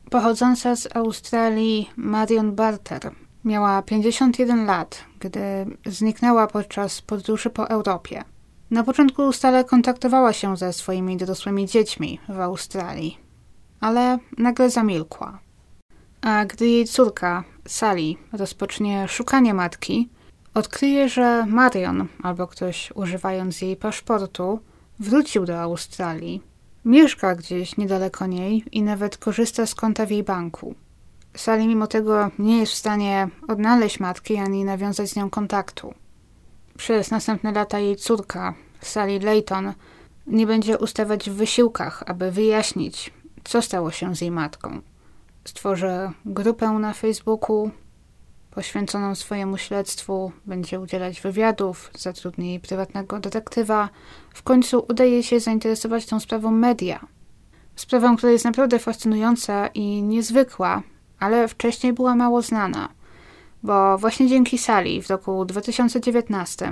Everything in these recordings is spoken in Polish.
Pochodząca z Australii Marion Barter miała 51 lat, gdy zniknęła podczas podróży po Europie. Na początku stale kontaktowała się ze swoimi dorosłymi dziećmi w Australii, ale nagle zamilkła. A gdy jej córka, Sally, rozpocznie szukanie matki, odkryje, że Marion, albo ktoś używając jej paszportu, wrócił do Australii, mieszka gdzieś niedaleko niej i nawet korzysta z konta w jej banku. Sally mimo tego nie jest w stanie odnaleźć matki ani nawiązać z nią kontaktu. Przez następne lata jej córka, Sally Layton, nie będzie ustawać w wysiłkach, aby wyjaśnić, co stało się z jej matką. Stworzy grupę na Facebooku poświęconą swojemu śledztwu, będzie udzielać wywiadów, zatrudni prywatnego detektywa. W końcu udaje się zainteresować tą sprawą media. Sprawą, która jest naprawdę fascynująca i niezwykła, ale wcześniej była mało znana, bo właśnie dzięki Sally w roku 2019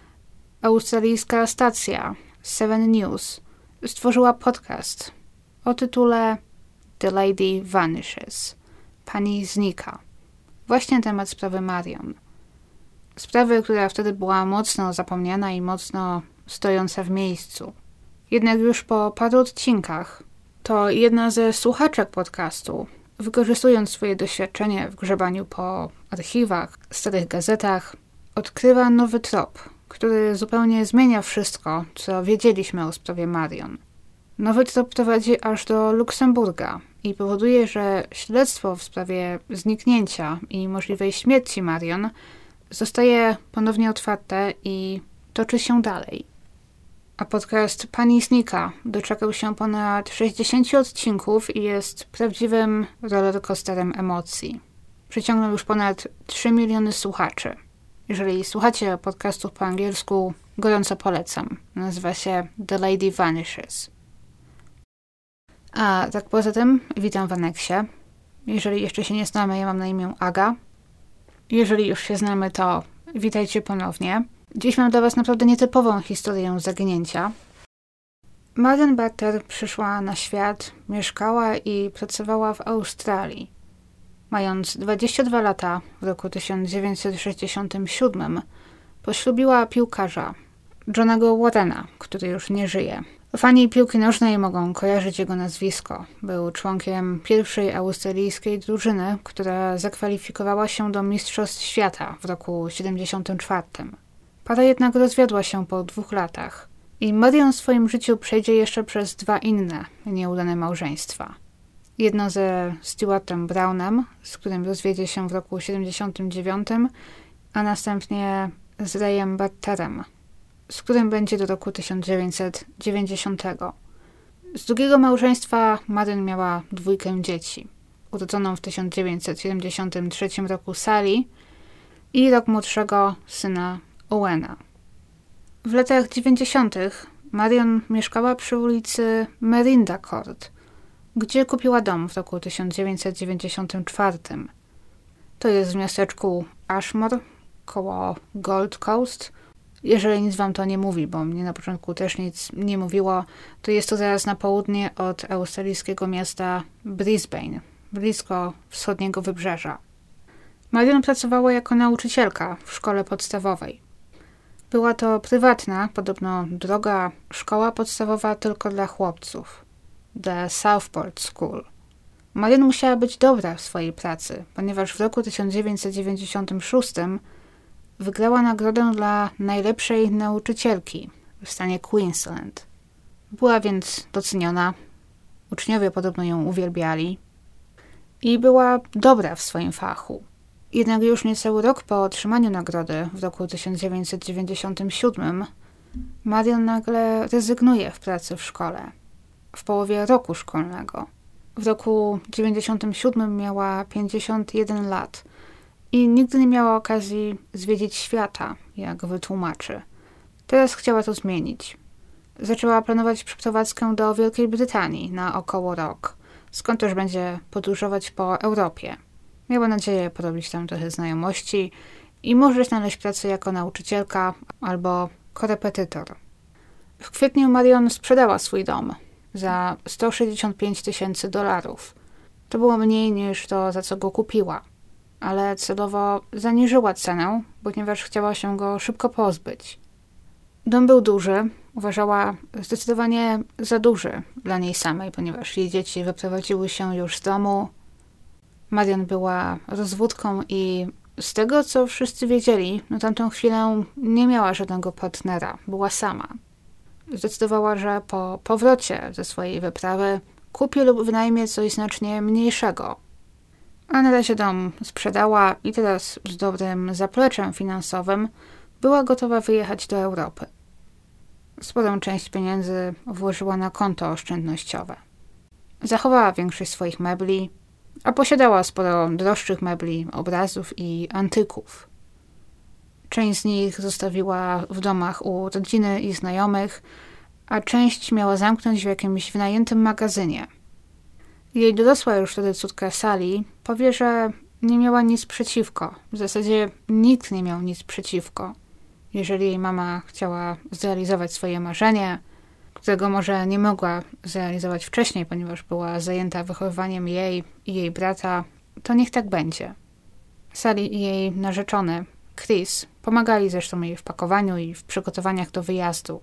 australijska stacja Seven News stworzyła podcast o tytule The Lady Vanishes. Pani znika. Właśnie na temat sprawy Marion. Sprawy, która wtedy była mocno zapomniana i mocno stojąca w miejscu. Jednak już po paru odcinkach to jedna ze słuchaczek podcastu, wykorzystując swoje doświadczenie w grzebaniu po archiwach, starych gazetach, odkrywa nowy trop, który zupełnie zmienia wszystko, co wiedzieliśmy o sprawie Marion. Nowy trop prowadzi aż do Luksemburga i powoduje, że śledztwo w sprawie zniknięcia i możliwej śmierci Marion zostaje ponownie otwarte i toczy się dalej. A podcast Pani znika doczekał się ponad 60 odcinków i jest prawdziwym rollercoasterem emocji. Przyciągnął już ponad 3 miliony słuchaczy. Jeżeli słuchacie podcastów po angielsku, gorąco polecam. Nazywa się The Lady Vanishes. A tak poza tym, witam w aneksie. Jeżeli jeszcze się nie znamy, ja mam na imię Aga. Jeżeli już się znamy, to witajcie ponownie. Dziś mam dla Was naprawdę nietypową historię zaginięcia. Marion Barter przyszła na świat, mieszkała i pracowała w Australii. Mając 22 lata, w roku 1967 poślubiła piłkarza, Johnego Warrena, który już nie żyje. Fani piłki nożnej mogą kojarzyć jego nazwisko. Był członkiem pierwszej australijskiej drużyny, która zakwalifikowała się do Mistrzostw Świata w roku 1974. Para jednak rozwiodła się po 2 latach i Marion w swoim życiu przejdzie jeszcze przez 2 inne nieudane małżeństwa. Jedno ze Stuartem Brownem, z którym rozwiedzie się w roku 1979, a następnie z Rayem Barterem, z którym będzie do roku 1990. Z drugiego małżeństwa Marion miała 2 dzieci. Urodzoną w 1973 roku Sally i rok młodszego syna Owena. W latach 90. Marion mieszkała przy ulicy Merinda Court, gdzie kupiła dom w roku 1994. To jest w miasteczku Ashmore, koło Gold Coast. Jeżeli nic wam to nie mówi, bo mnie na początku też nic nie mówiło, to jest to zaraz na południe od australijskiego miasta Brisbane, blisko wschodniego wybrzeża. Marion pracowała jako nauczycielka w szkole podstawowej. Była to prywatna, podobno droga szkoła podstawowa tylko dla chłopców. The Southport School. Marion musiała być dobra w swojej pracy, ponieważ w roku 1996 wygrała nagrodę dla najlepszej nauczycielki w stanie Queensland. Była więc doceniona, uczniowie podobno ją uwielbiali i była dobra w swoim fachu. Jednak już niecały rok po otrzymaniu nagrody w roku 1997 Marion nagle rezygnuje w pracy w szkole. W połowie roku szkolnego. W roku 1997 miała 51 lat i nigdy nie miała okazji zwiedzić świata, jak wytłumaczy. Teraz chciała to zmienić. Zaczęła planować przeprowadzkę do Wielkiej Brytanii na około rok, skąd też będzie podróżować po Europie. Miała nadzieję porobić tam trochę znajomości i może znaleźć pracę jako nauczycielka albo korepetytor. W kwietniu Marion sprzedała swój dom za $165,000. To było mniej niż to, za co go kupiła, ale celowo zaniżyła cenę, ponieważ chciała się go szybko pozbyć. Dom był duży, uważała zdecydowanie za duży dla niej samej, ponieważ jej dzieci wyprowadziły się już z domu. Marion była rozwódką i z tego, co wszyscy wiedzieli, na tamtą chwilę nie miała żadnego partnera, była sama. Zdecydowała, że po powrocie ze swojej wyprawy kupi lub wynajmie coś znacznie mniejszego. A na razie dom sprzedała i teraz z dobrym zapleczem finansowym była gotowa wyjechać do Europy. Sporą część pieniędzy włożyła na konto oszczędnościowe. Zachowała większość swoich mebli, a posiadała sporo droższych mebli, obrazów i antyków. Część z nich zostawiła w domach u rodziny i znajomych, a część miała zamknąć w jakimś wynajętym magazynie. Jej dorosła już wtedy córka Sally powie, że nie miała nic przeciwko. W zasadzie nikt nie miał nic przeciwko. Jeżeli jej mama chciała zrealizować swoje marzenie, którego może nie mogła zrealizować wcześniej, ponieważ była zajęta wychowywaniem jej i jej brata, to niech tak będzie. Sally i jej narzeczony, Chris, pomagali zresztą jej w pakowaniu i w przygotowaniach do wyjazdu.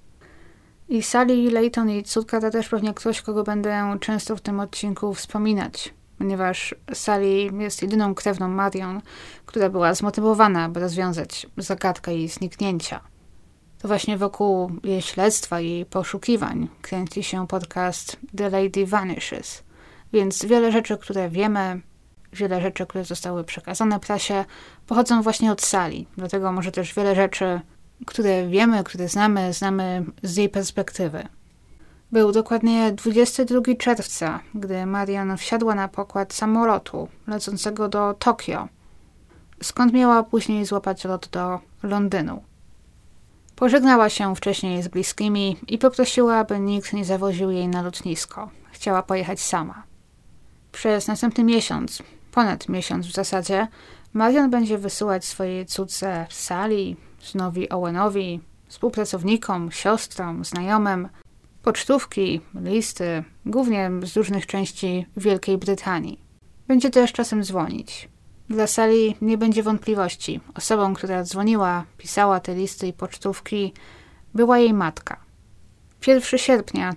I Sally Layton, jej córka, to też pewnie ktoś, kogo będę często w tym odcinku wspominać, ponieważ Sally jest jedyną krewną Marion, która była zmotywowana, by rozwiązać zagadkę jej zniknięcia. To właśnie wokół jej śledztwa i jej poszukiwań kręci się podcast The Lady Vanishes, więc wiele rzeczy, które wiemy, wiele rzeczy, które zostały przekazane prasie, pochodzą właśnie od Sally. Dlatego może też wiele rzeczy, które wiemy, które znamy z jej perspektywy. Był dokładnie 22 czerwca, gdy Marion wsiadła na pokład samolotu lecącego do Tokio, skąd miała później złapać lot do Londynu. Pożegnała się wcześniej z bliskimi i poprosiła, aby nikt nie zawoził jej na lotnisko. Chciała pojechać sama. Przez następny miesiąc, ponad miesiąc w zasadzie, Marion będzie wysyłać swojej córce Sally, synowi Owenowi, współpracownikom, siostrom, znajomym, pocztówki, listy, głównie z różnych części Wielkiej Brytanii. Będzie też czasem dzwonić. Dla Sally nie będzie wątpliwości. Osobą, która dzwoniła, pisała te listy i pocztówki, była jej matka. 1 sierpnia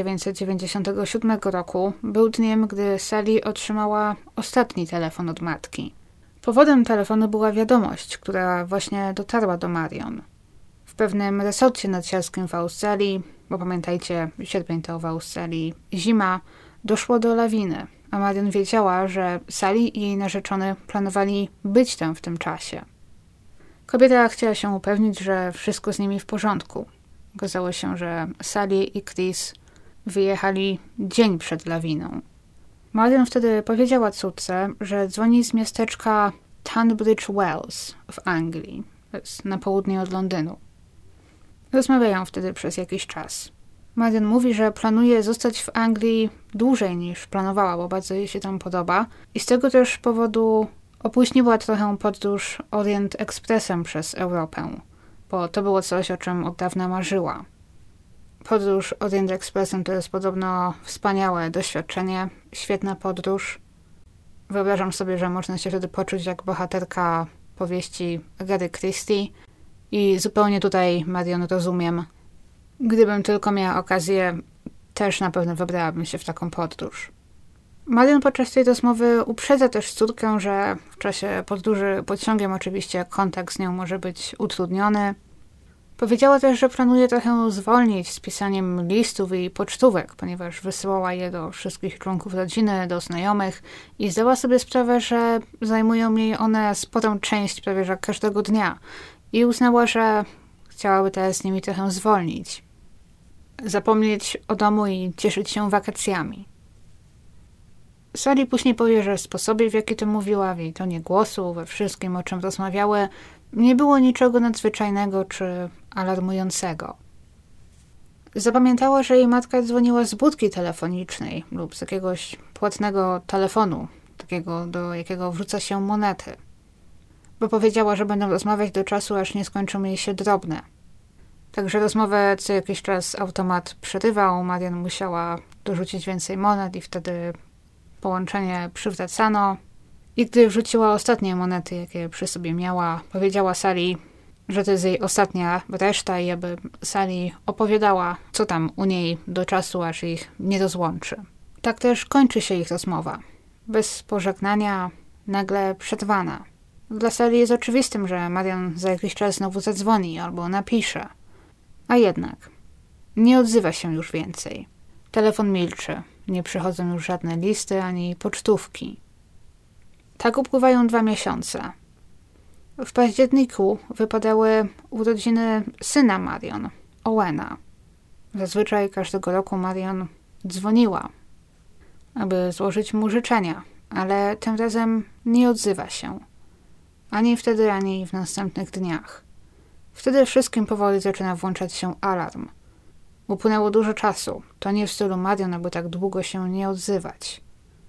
1997 roku był dniem, gdy Sally otrzymała ostatni telefon od matki. Powodem telefonu była wiadomość, która właśnie dotarła do Marion. W pewnym resorcie narciarskim w Australii, bo pamiętajcie, sierpień to w Australii zima, doszło do lawiny, a Marion wiedziała, że Sally i jej narzeczony planowali być tam w tym czasie. Kobieta chciała się upewnić, że wszystko z nimi w porządku. Okazało się, że Sally i Chris wyjechali dzień przed lawiną. Marion wtedy powiedziała córce, że dzwoni z miasteczka Tunbridge Wells w Anglii, to jest na południe od Londynu. Rozmawiają wtedy przez jakiś czas. Marion mówi, że planuje zostać w Anglii dłużej niż planowała, bo bardzo jej się tam podoba i z tego też powodu opóźniła trochę podróż Orient Expressem przez Europę, bo to było coś, o czym od dawna marzyła. Podróż Orient Expressem to jest podobno wspaniałe doświadczenie, świetna podróż. Wyobrażam sobie, że można się wtedy poczuć jak bohaterka powieści Agary Christie i zupełnie tutaj Marion rozumiem. Gdybym tylko miała okazję, też na pewno wybrałabym się w taką podróż. Marion podczas tej rozmowy uprzedza też córkę, że w czasie podróży pociągiem oczywiście kontakt z nią może być utrudniony. Powiedziała też, że planuje trochę zwolnić z pisaniem listów i pocztówek, ponieważ wysyłała je do wszystkich członków rodziny, do znajomych i zdała sobie sprawę, że zajmują jej one sporą część prawie że każdego dnia i uznała, że chciałaby teraz z nimi trochę zwolnić. Zapomnieć o domu i cieszyć się wakacjami. Sally później powie, że w sposobie, w jaki to mówiła, w jej tonie głosu, we wszystkim, o czym rozmawiały, nie było niczego nadzwyczajnego czy alarmującego. Zapamiętała, że jej matka dzwoniła z budki telefonicznej lub z jakiegoś płatnego telefonu, takiego, do jakiego wrzuca się monety, bo powiedziała, że będą rozmawiać do czasu, aż nie skończą jej się drobne. Także rozmowę co jakiś czas automat przerywał, Marion musiała dorzucić więcej monet i wtedy połączenie przywracano i gdy wrzuciła ostatnie monety, jakie przy sobie miała, powiedziała Sally, że to jest jej ostatnia reszta i aby Sally opowiadała, co tam u niej do czasu, aż ich nie rozłączy. Tak też kończy się ich rozmowa. Bez pożegnania, nagle przerwana. Dla Sally jest oczywistym, że Marion za jakiś czas znowu zadzwoni albo napisze. A jednak nie odzywa się już więcej. Telefon milczy. Nie przychodzą już żadne listy ani pocztówki. Tak upływają 2 miesiące. W październiku wypadały urodziny syna Marion, Owena. Zazwyczaj każdego roku Marion dzwoniła, aby złożyć mu życzenia, ale tym razem nie odzywa się. Ani wtedy, ani w następnych dniach. Wtedy wszystkim powoli zaczyna włączać się alarm. Upłynęło dużo czasu. To nie w stylu Marion, aby tak długo się nie odzywać.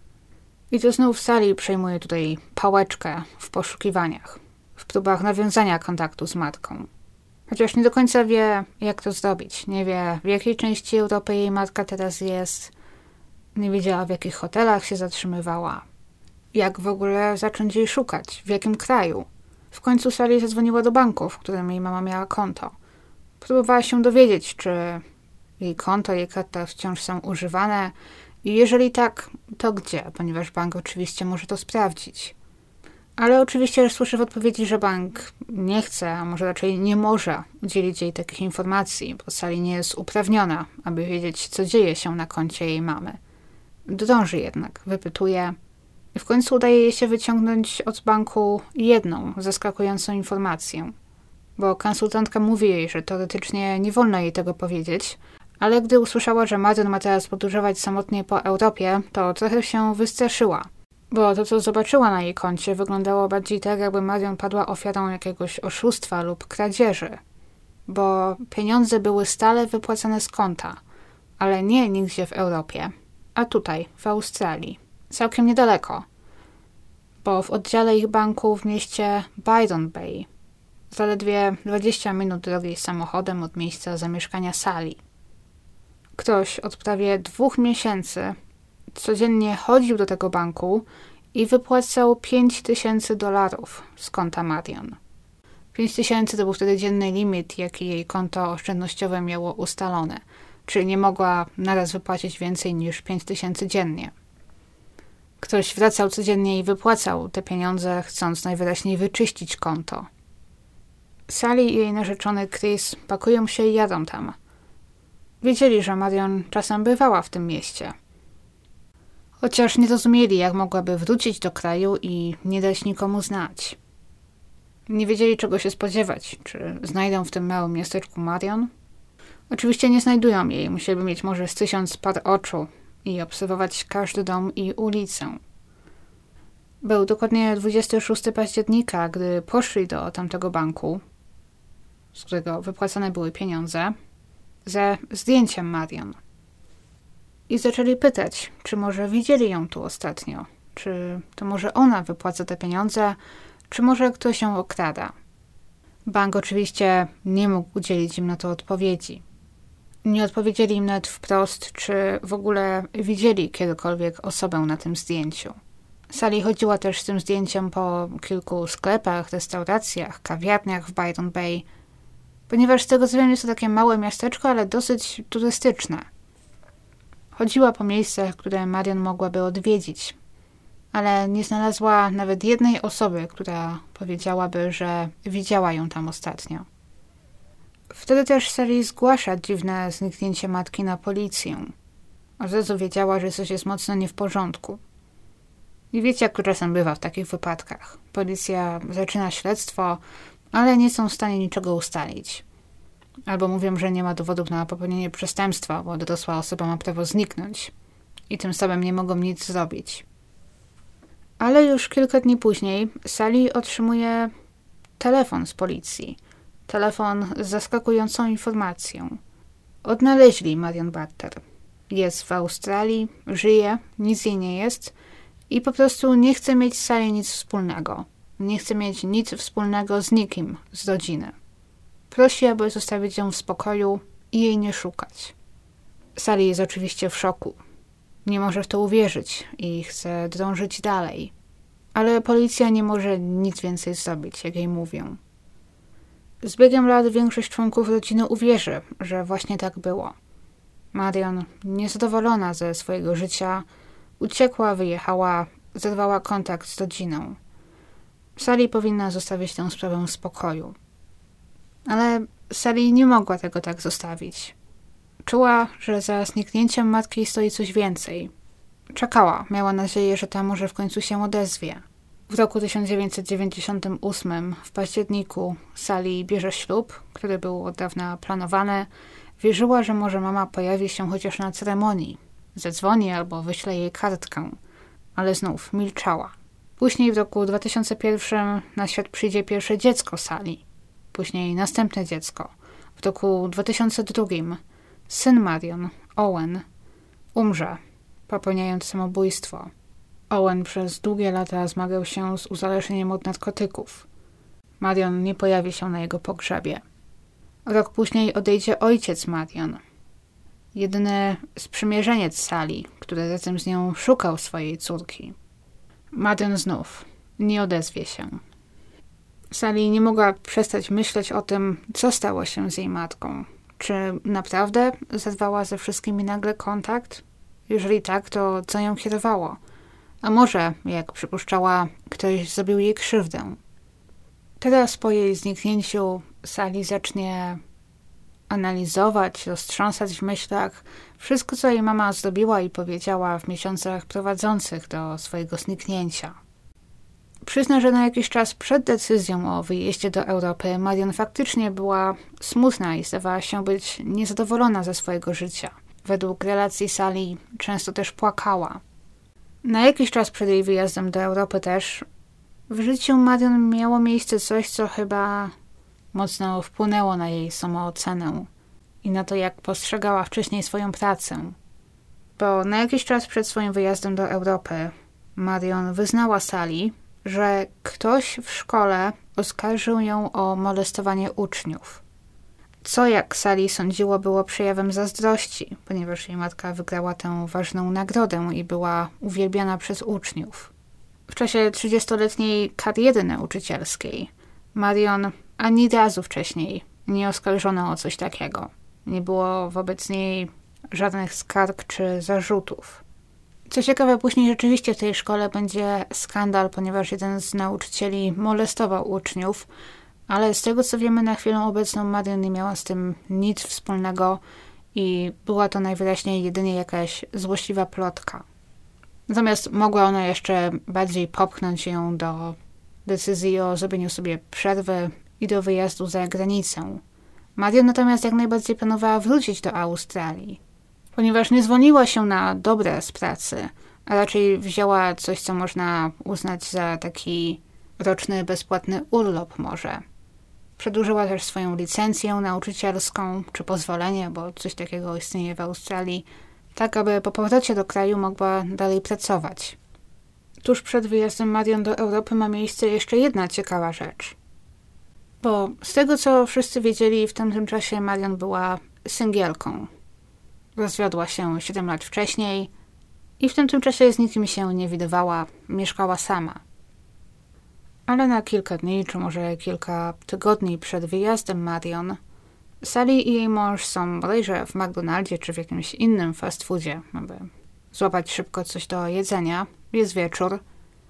I to znów Sally przejmuje tutaj pałeczkę w poszukiwaniach, w próbach nawiązania kontaktu z matką. Chociaż nie do końca wie, jak to zrobić. Nie wie, w jakiej części Europy jej matka teraz jest. Nie wiedziała, w jakich hotelach się zatrzymywała. Jak w ogóle zacząć jej szukać? W jakim kraju? W końcu Sally zadzwoniła do banku, w którym jej mama miała konto. Próbowała się dowiedzieć, czy jej konto, jej karta wciąż są używane i jeżeli tak, to gdzie? Ponieważ bank oczywiście może to sprawdzić. Ale oczywiście słyszę w odpowiedzi, że bank nie chce, a może raczej nie może udzielić jej takich informacji, bo Sally nie jest uprawniona, aby wiedzieć, co dzieje się na koncie jej mamy. Drąży jednak, wypytuje. W końcu udaje jej się wyciągnąć od banku jedną zaskakującą informację, bo konsultantka mówi jej, że teoretycznie nie wolno jej tego powiedzieć, ale gdy usłyszała, że Marion ma teraz podróżować samotnie po Europie, to trochę się wystraszyła, bo to, co zobaczyła na jej koncie, wyglądało bardziej tak, jakby Marion padła ofiarą jakiegoś oszustwa lub kradzieży, bo pieniądze były stale wypłacane z konta, ale nie nigdzie w Europie, a tutaj, w Australii. Całkiem niedaleko, bo w oddziale ich banku w mieście Byron Bay, zaledwie 20 minut drogi samochodem od miejsca zamieszkania Sally. Ktoś od prawie 2 miesięcy codziennie chodził do tego banku i wypłacał $5,000 z konta Marion. 5,000 to był wtedy dzienny limit, jaki jej konto oszczędnościowe miało ustalone, czyli nie mogła naraz wypłacić więcej niż 5,000 dziennie. Ktoś wracał codziennie i wypłacał te pieniądze, chcąc najwyraźniej wyczyścić konto. Sally i jej narzeczony Chris pakują się i jadą tam. Wiedzieli, że Marion czasem bywała w tym mieście. Chociaż nie rozumieli, jak mogłaby wrócić do kraju i nie dać nikomu znać. Nie wiedzieli, czego się spodziewać. Czy znajdą w tym małym miasteczku Marion? Oczywiście nie znajdują jej. Musieliby mieć może z 1000 par oczu i obserwować każdy dom i ulicę. Był dokładnie 26 października, gdy poszli do tamtego banku, z którego wypłacane były pieniądze, ze zdjęciem Marion. I zaczęli pytać, czy może widzieli ją tu ostatnio, czy to może ona wypłaca te pieniądze, czy może ktoś ją okrada. Bank oczywiście nie mógł udzielić im na to odpowiedzi. Nie odpowiedzieli im nawet wprost, czy w ogóle widzieli kiedykolwiek osobę na tym zdjęciu. Sally chodziła też z tym zdjęciem po kilku sklepach, restauracjach, kawiarniach w Byron Bay, ponieważ z tego co wiem jest to takie małe miasteczko, ale dosyć turystyczne. Chodziła po miejscach, które Marion mogłaby odwiedzić, ale nie znalazła nawet jednej osoby, która powiedziałaby, że widziała ją tam ostatnio. Wtedy też Sally zgłasza dziwne zniknięcie matki na policję. Od razu wiedziała, że coś jest mocno nie w porządku. I wiecie, jak to czasem bywa w takich wypadkach. Policja zaczyna śledztwo, ale nie są w stanie niczego ustalić. Albo mówią, że nie ma dowodów na popełnienie przestępstwa, bo dorosła osoba ma prawo zniknąć. I tym samym nie mogą nic zrobić. Ale już kilka dni później Sally otrzymuje telefon z policji. Telefon z zaskakującą informacją. Odnaleźli Marion Barter. Jest w Australii, żyje, nic jej nie jest i po prostu nie chce mieć z Sally nic wspólnego. Nie chce mieć nic wspólnego z nikim z rodziny. Prosi, aby zostawić ją w spokoju i jej nie szukać. Sally jest oczywiście w szoku. Nie może w to uwierzyć i chce drążyć dalej. Ale policja nie może nic więcej zrobić, jak jej mówią. Z biegiem lat większość członków rodziny uwierzy, że właśnie tak było. Marion, niezadowolona ze swojego życia, uciekła, wyjechała, zerwała kontakt z rodziną. Sally powinna zostawić tę sprawę w spokoju. Ale Sally nie mogła tego tak zostawić. Czuła, że za zniknięciem matki stoi coś więcej. Czekała, miała nadzieję, że ta może w końcu się odezwie. W roku 1998, w październiku, Sally bierze ślub, który był od dawna planowany. Wierzyła, że może mama pojawi się chociaż na ceremonii. Zadzwoni albo wyśle jej kartkę. Ale znów milczała. Później w roku 2001 na świat przyjdzie pierwsze dziecko Sally. Później następne dziecko. W roku 2002 syn Marion, Owen, umrze, popełniając samobójstwo. Owen przez długie lata zmagał się z uzależnieniem od narkotyków. Marion nie pojawi się na jego pogrzebie. Rok później odejdzie ojciec Marion. Jedyny sprzymierzeniec Sally, który razem z nią szukał swojej córki. Marion znów nie odezwie się. Sally nie mogła przestać myśleć o tym, co stało się z jej matką. Czy naprawdę zerwała ze wszystkimi nagle kontakt? Jeżeli tak, to co ją kierowało? A może, jak przypuszczała, ktoś zrobił jej krzywdę? Teraz po jej zniknięciu Sally zacznie analizować, roztrząsać w myślach wszystko, co jej mama zrobiła i powiedziała w miesiącach prowadzących do swojego zniknięcia. Przyzna, że na jakiś czas przed decyzją o wyjeździe do Europy Marion faktycznie była smutna i zdawała się być niezadowolona ze swojego życia. Według relacji Sally często też płakała. Na jakiś czas przed jej wyjazdem do Europy też w życiu Marion miało miejsce coś, co chyba mocno wpłynęło na jej samoocenę i na to, jak postrzegała wcześniej swoją pracę. Bo na jakiś czas przed swoim wyjazdem do Europy Marion wyznała Sally, że ktoś w szkole oskarżył ją o molestowanie uczniów. Co, jak Sally sądziło, było przejawem zazdrości, ponieważ jej matka wygrała tę ważną nagrodę i była uwielbiana przez uczniów. W czasie 30-letniej kariery nauczycielskiej Marion ani razu wcześniej nie oskarżono o coś takiego. Nie było wobec niej żadnych skarg czy zarzutów. Co ciekawe, później rzeczywiście w tej szkole będzie skandal, ponieważ jeden z nauczycieli molestował uczniów, ale z tego co wiemy na chwilę obecną Marion nie miała z tym nic wspólnego i była to najwyraźniej jedynie jakaś złośliwa plotka. Natomiast mogła ona jeszcze bardziej popchnąć ją do decyzji o zrobieniu sobie przerwy i do wyjazdu za granicę. Marion natomiast jak najbardziej planowała wrócić do Australii, ponieważ nie zwolniła się na dobre z pracy, a raczej wzięła coś, co można uznać za taki roczny, bezpłatny urlop może. Przedłużyła też swoją licencję nauczycielską, czy pozwolenie, bo coś takiego istnieje w Australii, tak aby po powrocie do kraju mogła dalej pracować. Tuż przed wyjazdem Marion do Europy ma miejsce jeszcze jedna ciekawa rzecz. Bo z tego, co wszyscy wiedzieli, w tamtym czasie Marion była singielką. Rozwiodła się 7 lat wcześniej i w tamtym czasie z nikim się nie widywała, mieszkała sama. Ale na kilka dni, czy może kilka tygodni przed wyjazdem Marion, Sally i jej mąż są bodajże w McDonaldzie czy w jakimś innym fast foodzie, aby złapać szybko coś do jedzenia. Jest wieczór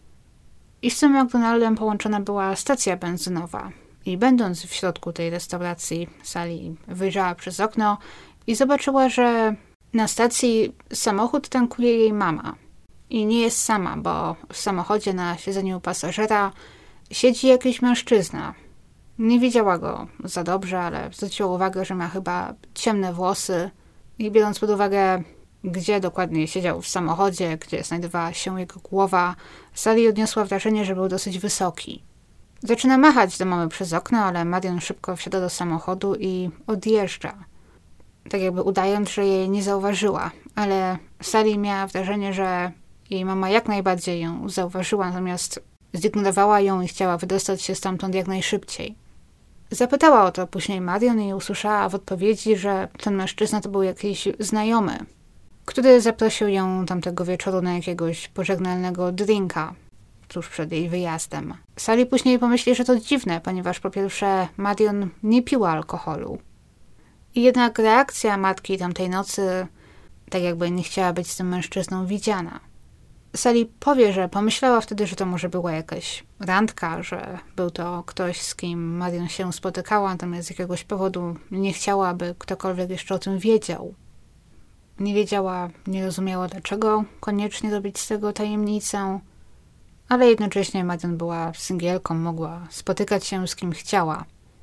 i z tym McDonaldem połączona była stacja benzynowa. I będąc w środku tej restauracji, Sally wyjrzała przez okno i zobaczyła, że na stacji samochód tankuje jej mama. I nie jest sama, bo w samochodzie na siedzeniu pasażera siedzi jakiś mężczyzna. Nie widziała go za dobrze, ale zwróciła uwagę, że ma chyba ciemne włosy i biorąc pod uwagę, gdzie dokładnie siedział w samochodzie, gdzie znajdowała się jego głowa, Sally odniosła wrażenie, że był dosyć wysoki. Zaczyna machać do mamy przez okno, ale Marion szybko wsiada do samochodu i odjeżdża. Tak jakby udając, że jej nie zauważyła, ale Sally miała wrażenie, że jej mama jak najbardziej ją zauważyła, natomiast zignorowała ją i chciała wydostać się stamtąd jak najszybciej. Zapytała o to później Marion i usłyszała w odpowiedzi, że ten mężczyzna to był jakiś znajomy. który zaprosił ją tamtego wieczoru na jakiegoś pożegnalnego drinka tuż przed jej wyjazdem. Sally później pomyśli, że to dziwne, ponieważ po pierwsze Marion nie piła alkoholu. I jednak reakcja matki tamtej nocy, tak jakby nie chciała być z tym mężczyzną widziana. Sally powie, że pomyślała wtedy, że to może była jakaś randka, że był to ktoś, z kim Marion się spotykała, natomiast z jakiegoś powodu nie chciała, aby ktokolwiek jeszcze o tym wiedział. Nie wiedziała, nie rozumiała, dlaczego koniecznie robić z tego tajemnicę, ale jednocześnie Marion była singielką, mogła spotykać się z kim chciała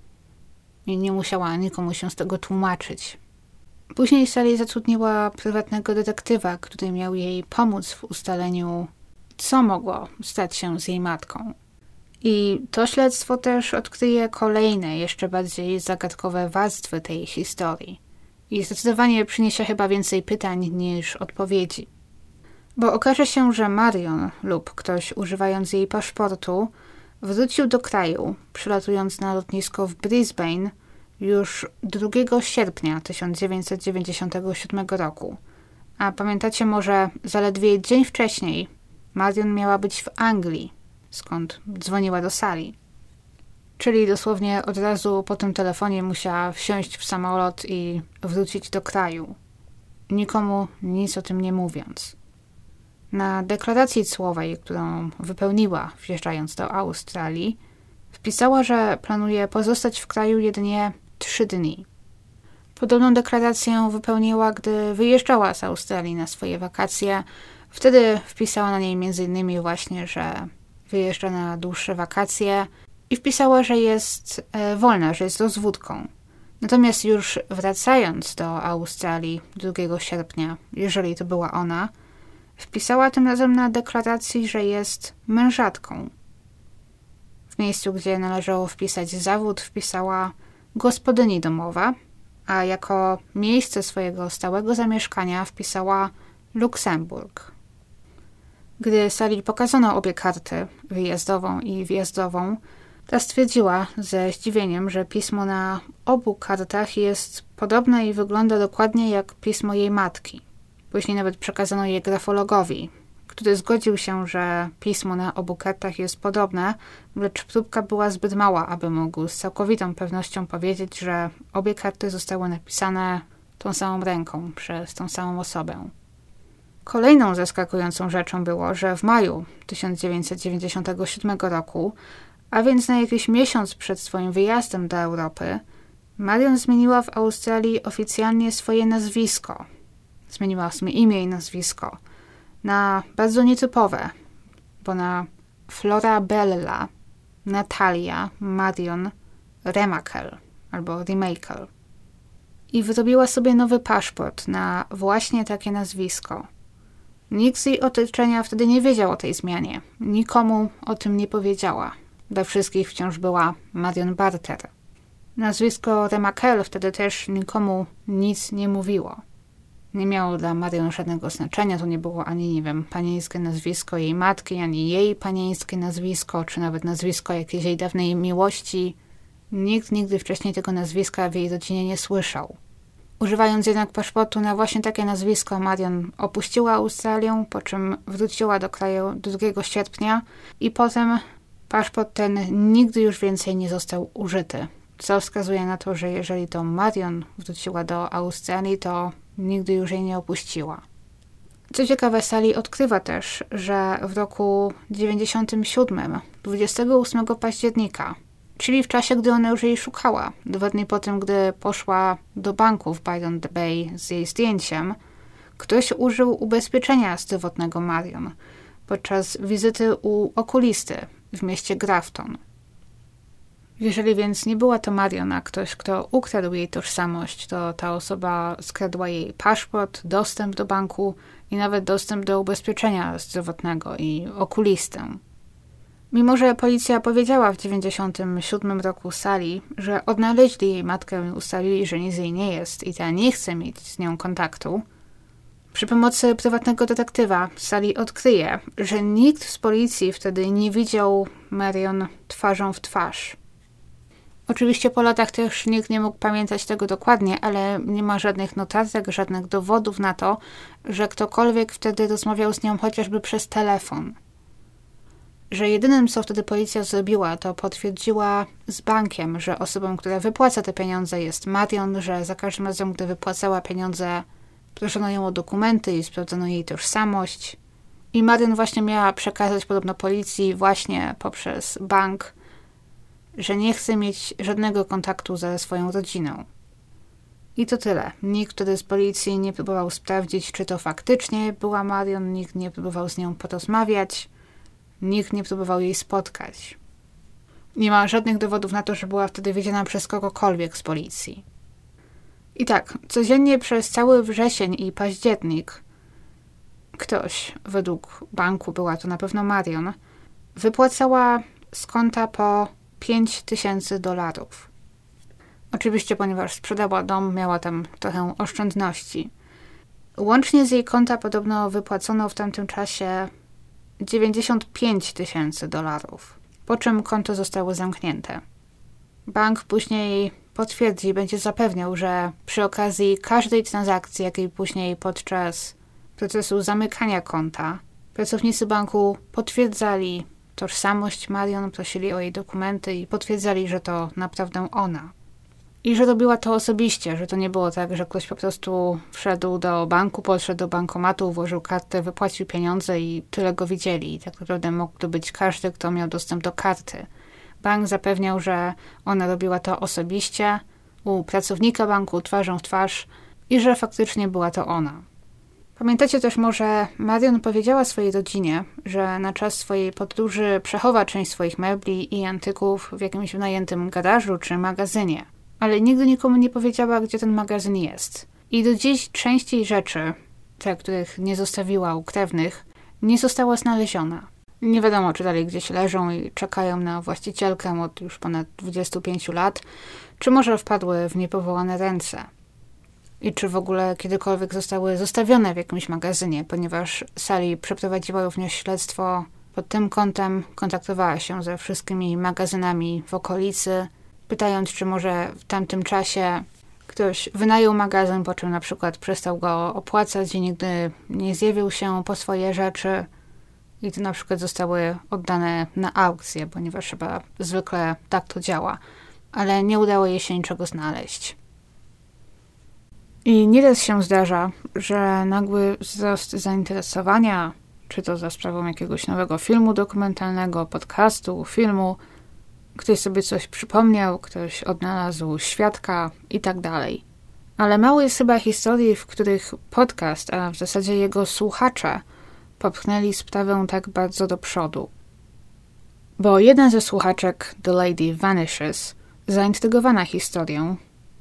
i nie musiała nikomu się z tego tłumaczyć. Później Sally zatrudniła prywatnego detektywa, który miał jej pomóc w ustaleniu, co mogło stać się z jej matką. I to śledztwo też odkryje kolejne, jeszcze bardziej zagadkowe warstwy tej historii. I zdecydowanie przyniesie chyba więcej pytań niż odpowiedzi. Bo okaże się, że Marion lub ktoś używając jej paszportu wrócił do kraju, przylatując na lotnisko w Brisbane już 2 sierpnia 1997 roku. A pamiętacie może, zaledwie dzień wcześniej Marion miała być w Anglii, skąd dzwoniła do Sally. Czyli dosłownie od razu po tym telefonie musiała wsiąść w samolot i wrócić do kraju. Nikomu nic o tym nie mówiąc. Na deklaracji cłowej, którą wypełniła wjeżdżając do Australii, wpisała, że planuje pozostać w kraju jedynie 3 dni. Podobną deklarację wypełniła, gdy wyjeżdżała z Australii na swoje wakacje. Wtedy wpisała na niej m.in. właśnie, że wyjeżdża na dłuższe wakacje i wpisała, że jest wolna, że jest rozwódką. Natomiast już wracając do Australii 2 sierpnia, jeżeli to była ona, wpisała tym razem na deklaracji, że jest mężatką. W miejscu, gdzie należało wpisać zawód, wpisała gospodyni domowa, a jako miejsce swojego stałego zamieszkania wpisała Luksemburg. Gdy Sally pokazano obie karty, wyjazdową i wjazdową, ta stwierdziła ze zdziwieniem, że pismo na obu kartach jest podobne i wygląda dokładnie jak pismo jej matki. Później nawet przekazano je grafologowi, który zgodził się, że pismo na obu kartach jest podobne, lecz próbka była zbyt mała, aby mógł z całkowitą pewnością powiedzieć, że obie karty zostały napisane tą samą ręką przez tą samą osobę. Kolejną zaskakującą rzeczą było, że w maju 1997 roku, a więc na jakiś miesiąc przed swoim wyjazdem do Europy, Marion zmieniła w Australii oficjalnie swoje nazwisko. Zmieniła w sumie imię i nazwisko na bardzo nietypowe, bo na Florabella Natalia Marion Remakel albo Remakel. I wyrobiła sobie nowy paszport na właśnie takie nazwisko. Nikt z jej otoczenia wtedy nie wiedział o tej zmianie. Nikomu o tym nie powiedziała. Dla wszystkich wciąż była Marion Barter. Nazwisko Remakel wtedy też nikomu nic nie mówiło. Nie miało dla Marion żadnego znaczenia. To nie było ani, nie wiem, panieńskie nazwisko jej matki, ani jej panieńskie nazwisko, czy nawet nazwisko jakiejś jej dawnej miłości. Nikt nigdy wcześniej tego nazwiska w jej rodzinie nie słyszał. Używając jednak paszportu na właśnie takie nazwisko, Marion opuściła Australię, po czym wróciła do kraju 2 sierpnia i potem paszport ten nigdy już więcej nie został użyty. Co wskazuje na to, że jeżeli to Marion wróciła do Australii, to nigdy już jej nie opuściła. Co ciekawe, Sally odkrywa też, że w roku 97, 28 października, czyli w czasie, gdy ona już jej szukała, 2 dni po tym, gdy poszła do banku w Byron Bay z jej zdjęciem, ktoś użył ubezpieczenia zdrowotnego Marion podczas wizyty u okulisty w mieście Grafton. Jeżeli więc nie była to Marion, a ktoś, kto ukradł jej tożsamość, to ta osoba skradła jej paszport, dostęp do banku i nawet dostęp do ubezpieczenia zdrowotnego i okulistę. Mimo że policja powiedziała w 1997 roku Sally, że odnaleźli jej matkę i ustalili, że nic jej nie jest i ta nie chce mieć z nią kontaktu, przy pomocy prywatnego detektywa Sally odkryje, że nikt z policji wtedy nie widział Marion twarzą w twarz. Oczywiście po latach też nikt nie mógł pamiętać tego dokładnie, ale nie ma żadnych notatek, żadnych dowodów na to, że ktokolwiek wtedy rozmawiał z nią chociażby przez telefon. Że jedynym, co wtedy policja zrobiła, to potwierdziła z bankiem, że osobą, która wypłaca te pieniądze, jest Marion, że za każdym razem, gdy wypłacała pieniądze, proszono ją o dokumenty i sprawdzono jej tożsamość. I Marion właśnie miała przekazać podobno policji właśnie poprzez bank, że nie chce mieć żadnego kontaktu ze swoją rodziną. I to tyle. Nikt wtedy z policji nie próbował sprawdzić, czy to faktycznie była Marion, nikt nie próbował z nią porozmawiać, nikt nie próbował jej spotkać. Nie ma żadnych dowodów na to, że była wtedy wiedziana przez kogokolwiek z policji. I tak, codziennie przez cały wrzesień i październik ktoś, według banku była to na pewno Marion, wypłacała z konta po $5,000. Oczywiście, ponieważ sprzedała dom, miała tam trochę oszczędności. Łącznie z jej konta podobno wypłacono w tamtym czasie $95,000, po czym konto zostało zamknięte. Bank później potwierdzi i będzie zapewniał, że przy okazji każdej transakcji, jakiej później podczas procesu zamykania konta, pracownicy banku potwierdzali tożsamość Marion, prosili o jej dokumenty i potwierdzali, że to naprawdę ona. I że robiła to osobiście, że to nie było tak, że ktoś po prostu wszedł do banku, podszedł do bankomatu, włożył kartę, wypłacił pieniądze i tyle go widzieli. I tak naprawdę mógł to być każdy, kto miał dostęp do karty. Bank zapewniał, że ona robiła to osobiście, u pracownika banku, twarzą w twarz i że faktycznie była to ona. Pamiętacie też może, Marion powiedziała swojej rodzinie, że na czas swojej podróży przechowa część swoich mebli i antyków w jakimś wynajętym garażu czy magazynie. Ale nigdy nikomu nie powiedziała, gdzie ten magazyn jest. I do dziś część jej rzeczy, te, których nie zostawiła u krewnych, nie została znaleziona. Nie wiadomo, czy dalej gdzieś leżą i czekają na właścicielkę od już ponad 25 lat, czy może wpadły w niepowołane ręce. I czy w ogóle kiedykolwiek zostały zostawione w jakimś magazynie, ponieważ Sally przeprowadziła również śledztwo pod tym kątem, kontaktowała się ze wszystkimi magazynami w okolicy, pytając, czy może w tamtym czasie ktoś wynajął magazyn, po czym na przykład przestał go opłacać i nigdy nie zjawił się po swoje rzeczy i to na przykład zostały oddane na aukcję, ponieważ chyba zwykle tak to działa, ale nie udało jej się niczego znaleźć. I nieraz się zdarza, że nagły wzrost zainteresowania, czy to za sprawą jakiegoś nowego filmu dokumentalnego, podcastu, filmu, ktoś sobie coś przypomniał, ktoś odnalazł świadka i tak dalej. Ale mało jest chyba historii, w których podcast, a w zasadzie jego słuchacze, popchnęli sprawę tak bardzo do przodu. Bo jeden ze słuchaczek, The Lady Vanishes, zaintrygowana historią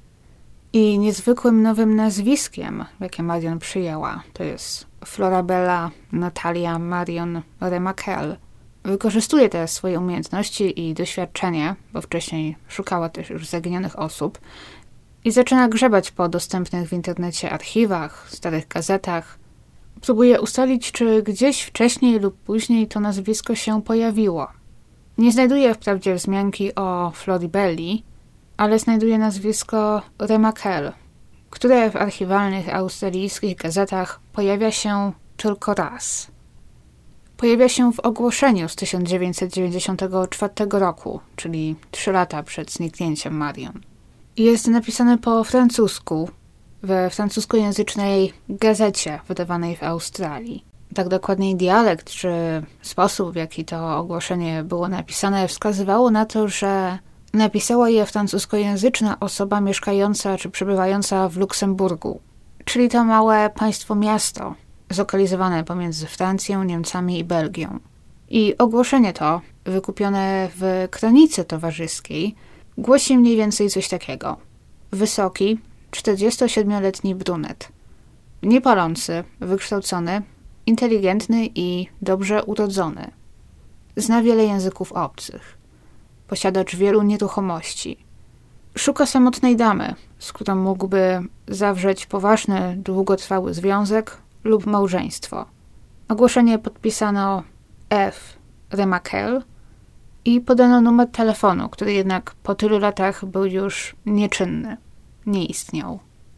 i niezwykłym nowym nazwiskiem, jakie Marion przyjęła, to jest Florabella Natalia Marion Remakel, wykorzystuje teraz swoje umiejętności i doświadczenie, bo wcześniej szukała też już zaginionych osób i zaczyna grzebać po dostępnych w internecie archiwach, starych gazetach. Próbuje ustalić, czy gdzieś wcześniej lub później to nazwisko się pojawiło. Nie znajduje wprawdzie wzmianki o Floribelli, ale znajduje nazwisko Remakel, które w archiwalnych australijskich gazetach pojawia się tylko raz. Pojawia się w ogłoszeniu z 1994 roku, czyli 3 lata przed zniknięciem Marion. Jest napisane po francusku, we francuskojęzycznej gazecie wydawanej w Australii. Tak dokładniej dialekt czy sposób, w jaki to ogłoszenie było napisane, wskazywało na to, że napisała je francuskojęzyczna osoba mieszkająca czy przebywająca w Luksemburgu, czyli to małe państwo-miasto zlokalizowane pomiędzy Francją, Niemcami i Belgią. I ogłoszenie to, wykupione w kronice towarzyskiej, głosi mniej więcej coś takiego. Wysoki, 47-letni brunet. Niepalący, wykształcony, inteligentny i dobrze urodzony. Zna wiele języków obcych. Posiadacz wielu nieruchomości. Szuka samotnej damy, z którą mógłby zawrzeć poważny, długotrwały związek lub małżeństwo. Ogłoszenie podpisano F. Remakel, i podano numer telefonu, który jednak po tylu latach był już nieczynny. Nie istniał.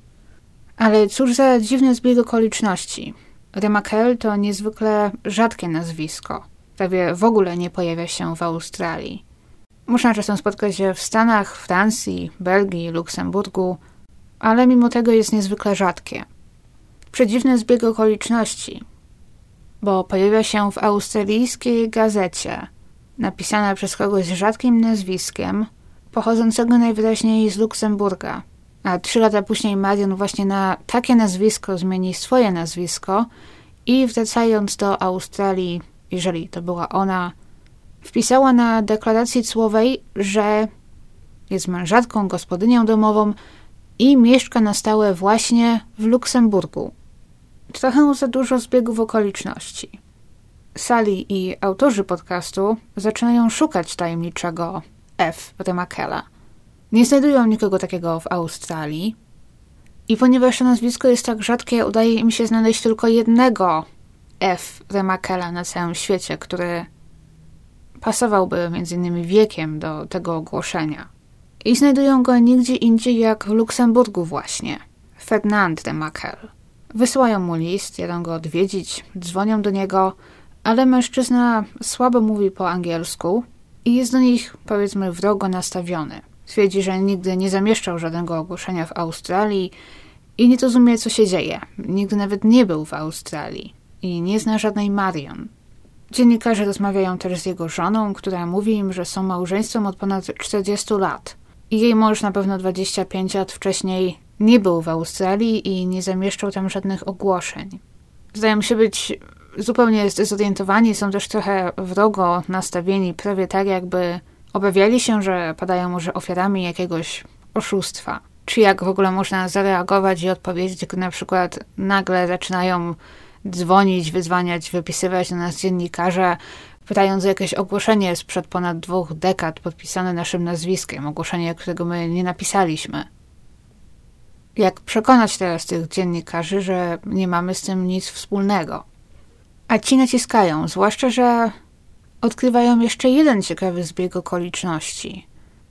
Ale cóż za dziwny zbieg okoliczności. Remakel to niezwykle rzadkie nazwisko. Prawie w ogóle nie pojawia się w Australii. Można czasem spotkać się w Stanach, Francji, Belgii, Luksemburgu, ale mimo tego jest niezwykle rzadkie. Przedziwny zbieg okoliczności, bo pojawia się w australijskiej gazecie, napisana przez kogoś z rzadkim nazwiskiem, pochodzącego najwyraźniej z Luksemburga. A 3 lata później Marion właśnie na takie nazwisko zmieni swoje nazwisko i wracając do Australii, jeżeli to była ona, wpisała na deklaracji cłowej, że jest mężatką, gospodynią domową i mieszka na stałe właśnie w Luksemburgu. Trochę za dużo zbiegów okoliczności. Sally i autorzy podcastu zaczynają szukać tajemniczego F. Remakela. Nie znajdują nikogo takiego w Australii i ponieważ to nazwisko jest tak rzadkie, udaje im się znaleźć tylko jednego F. Remakela na całym świecie, który pasowałby m.in. wiekiem do tego ogłoszenia. I znajdują go nigdzie indziej jak w Luksemburgu właśnie. Fernand Remakel. Wysyłają mu list, jadą go odwiedzić, dzwonią do niego, ale mężczyzna słabo mówi po angielsku i jest do nich, powiedzmy, wrogo nastawiony. Twierdzi, że nigdy nie zamieszczał żadnego ogłoszenia w Australii i nie rozumie, co się dzieje. Nigdy nawet nie był w Australii i nie zna żadnej Marion. Dziennikarze rozmawiają też z jego żoną, która mówi im, że są małżeństwem od ponad 40 lat. I jej mąż na pewno 25 lat wcześniej nie był w Australii i nie zamieszczał tam żadnych ogłoszeń. Zdają się być zupełnie zdezorientowani, są też trochę wrogo nastawieni, prawie tak jakby obawiali się, że padają może ofiarami jakiegoś oszustwa. Czy jak w ogóle można zareagować i odpowiedzieć, gdy na przykład nagle zaczynają dzwonić, wyzwaniać, wypisywać do nas dziennikarze, pytając o jakieś ogłoszenie sprzed ponad 2 dekad podpisane naszym nazwiskiem, ogłoszenie, którego my nie napisaliśmy. Jak przekonać teraz tych dziennikarzy, że nie mamy z tym nic wspólnego? A ci naciskają, zwłaszcza, że odkrywają jeszcze jeden ciekawy zbieg okoliczności.